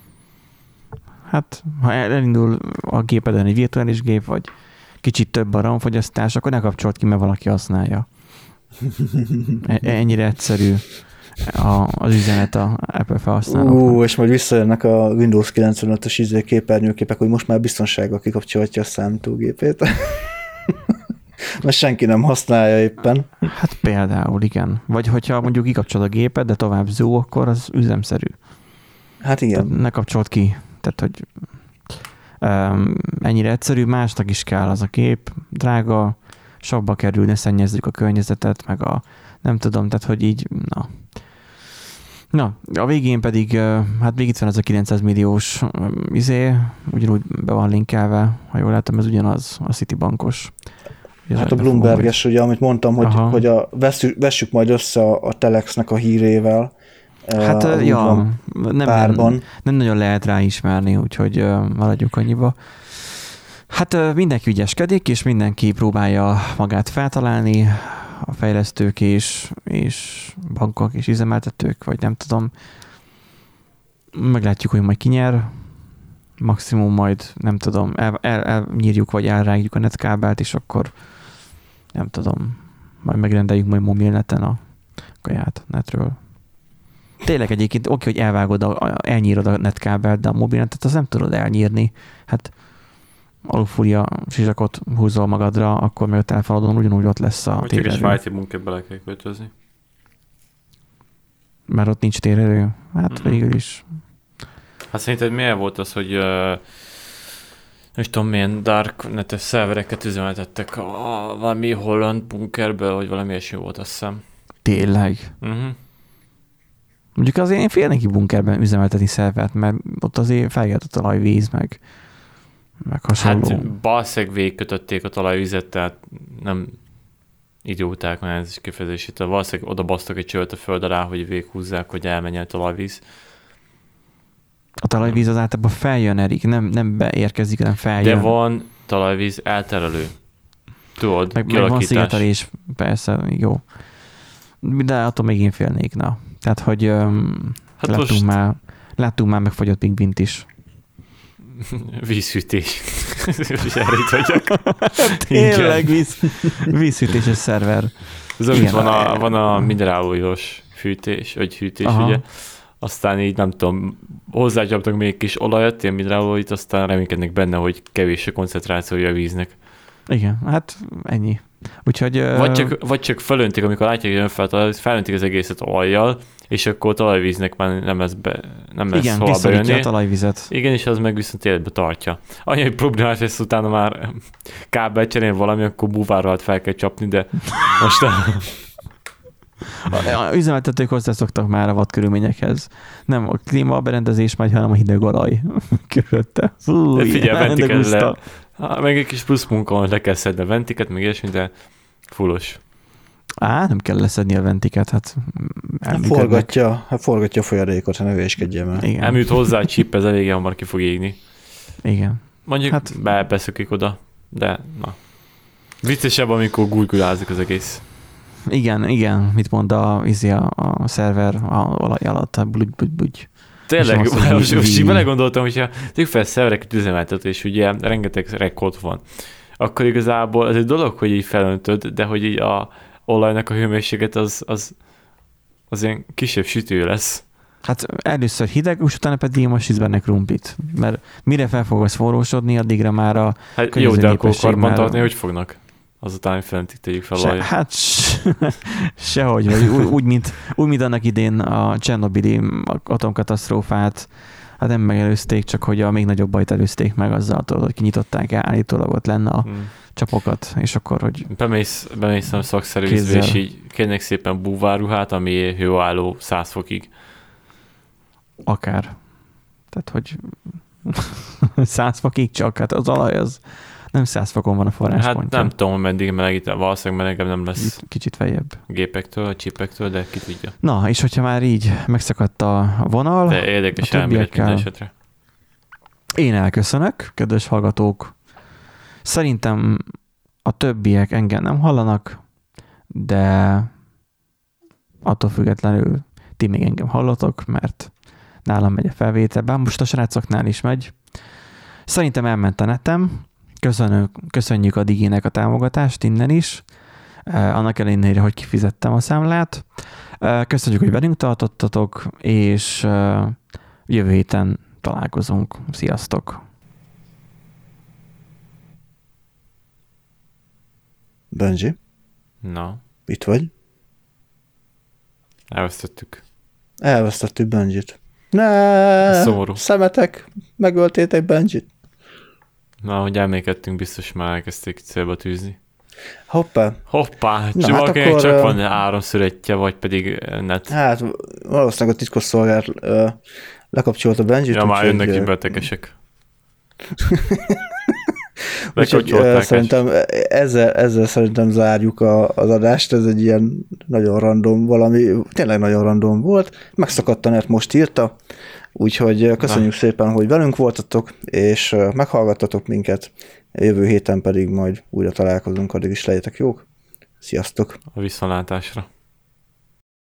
Hát, ha elindul a gépeden egy virtuális gép, vagy kicsit több a RAM-fogyasztás, akkor ne kapcsolt ki, mert valaki használja. Ennyire egyszerű az üzenet a Apple felhasználóknak. És majd visszajönnek a Windows 95-ös képernyőképek, hogy most már biztonsággal kikapcsolhatja a számítógépét. Mert senki nem használja éppen. Hát például, igen. Vagy hogyha mondjuk kikapcsol a gépet, de tovább zúg, akkor az üzemszerű. Hát igen. Tehát ne kapcsolt ki. Tehát, hogy ennyire egyszerű, másnak is kell az a gép, drága, sokba kerül, ne szennyezzük a környezetet, meg nem tudom, tehát hogy így, Na, a végén pedig, hát még itt van ez a 900 milliós ugyanúgy be van linkelve, ha jól látom, ez ugyanaz, a Citibankos. Hát a Bloomberges, ugye, amit mondtam, hogy vessük majd össze a Telexnek a hírével. Hát nem nagyon lehet ráismerni, úgyhogy maradjunk annyiba. Hát mindenki ügyeskedik, és mindenki próbálja magát feltalálni, a fejlesztők és bankok és üzemeltetők, vagy nem tudom. Meglátjuk, hogy majd ki nyer. Maximum majd, nem tudom, elnyírjuk, vagy elrágjuk a netkábelt, és akkor nem tudom, majd megrendeljük majd mobilneten a kaját netről. Tényleg egyébként oké, hogy elnyírod a netkábelt, de a mobilnetet az nem tudod elnyírni. Hát alufólia sisakot húzol magadra, akkor meg a telefonodon ugyanúgy ott lesz a térerő. Csak egy svájci munkát bele kell költözni. Mert ott nincs térerő? Hát végül is. Hát szerinted miért volt az, hogy nem tudom milyen darknetes szervereket üzemeltettek valami holland bunkerből, vagy valami ilyesmi volt, azt hiszem. Tényleg? Mondjuk azért én félnék ki bunkerben üzemeltetni szervert, mert ott azért felgelt a talajvíz, meg hasonló. Hát balszeg végigkötötték a talajvizet, tehát nem idióták, mert ez is kifejezés. Itt valószínűleg oda basztak egy csövet a föld alá, hogy végighúzzák, hogy elmenjen a talajvíz. A talajvíz az általában feljön, Erik, nem beérkezik, hanem feljön. De van talajvíz elterelő. Tudod, meg van szigetelés, persze, jó. De attól még én félnék, na. Tehát, hogy láttunk már megfagyott pingvint is. Vízhűtés. Erre itt vagyok. Tényleg vízhűtéses szerver. Ez amit van a minerálóidos fűtés, vagy hűtés, ugye. Aztán így nem tudom, hozzácsaptak még kis olajat, ilyen minerálóit, aztán reménykednek benne, hogy kevés a koncentrációja a víznek. Igen, hát ennyi. Úgyhogy, vagy csak felöntik, amikor látják, hogy jön fel, felöntik az egészet olajjal, és akkor a talajvíznek már nem lesz hova bejönni. A talajvizet. Igen, és az meg viszont életbe tartja. Annyi, hogy problémás lesz utána már kábel cserélni valami, akkor búvárral fel kell csapni, de most a üzemeltetők hozzászoktak már a vadkörülményekhez. Nem a klímaberendezés megy, hanem a hideg olaj körülötte. Figyelj, ventiket le. Meg egy kis plusz munka, hogy le kell szedni a ventiket, meg ilyesmi, de fullos. Nem kell leszedni a ventiket, hát forgatja a folyadékot, ha ne hülyéskedjél el. Emült hozzá a chip, ez eléggé hamar ki fog égni. Igen. Mondjuk beszökik oda, de na. Viccesebb, amikor gújkulázik az egész. Igen, mit mond a szerver a olaj alatt, a bugy. Tényleg, most így belegondoltam, hogyha tegyük fel szervereket üzemeltet, és ugye rengeteg rekord van, akkor igazából ez egy dolog, hogy így felöntöd, de hogy így a olajnak a hőmérséklet az ilyen kisebb sütő lesz. Hát először hideg, és utána pedig most íz benne krumplit, mert mire fel fog az forrósodni, addigra már a hát jó, de akkor karbantartani, hogy fognak? Azután felöntik tegyük fel olaj. Hát sehogy, úgy, mint annak idén a Csernobili atomkatasztrófát, hát nem megelőzték, csak hogy a még nagyobb bajt előzték meg azzal, hogy kinyitották állítólag ott lenne a csapokat, és akkor, hogy... Bemész a szakszervizbe, és így kérnek szépen búvárruhát, ami hőálló 100 fokig. Akár. Tehát, hogy 100 fokig csak, hát az olaj az nem 100 fokon van a forráspontja. Hát nem tudom, meddig melegít, valószínűleg melegebb nem lesz. Kicsit feljebb. Gépektől, a csipektől, de ki tudja. Na, és hogyha már így megszakadt a vonal... De érdekes elmélet minden esetre. Én elköszönök, kedves hallgatók. Szerintem a többiek engem nem hallanak, de attól függetlenül ti még engem hallatok, mert nálam megy a felvételben. Most a srácoknál is megy. Szerintem elment a netem. Köszönjük a Diginek a támogatást innen is. Annak ellenére, hogy kifizettem a számlát. Köszönjük, hogy velünk tartottatok, és jövő héten találkozunk. Sziasztok! Benji? Na? Itt vagy? Elvesztettük Benjit. Szomorú. Szemetek, megöltétek Benjit. Na, hogy elmékedtünk, biztos már elkezdték célba tűzni. Hoppá. Na, csak, hát akkor, csak van áramszüretje, vagy pedig net. Hát valószínűleg a titkosszolgálat lekapcsolt a Benji-t. Ja, már jönnek így betegesek. Úgyhogy szerintem ezzel szerintem zárjuk az adást, ez egy ilyen nagyon random valami, tényleg nagyon random volt, megszakadt a net, most írta, úgyhogy köszönjük szépen, hogy velünk voltatok, és meghallgattatok minket, jövő héten pedig majd újra találkozunk, addig is legyetek jók, sziasztok! A viszontlátásra!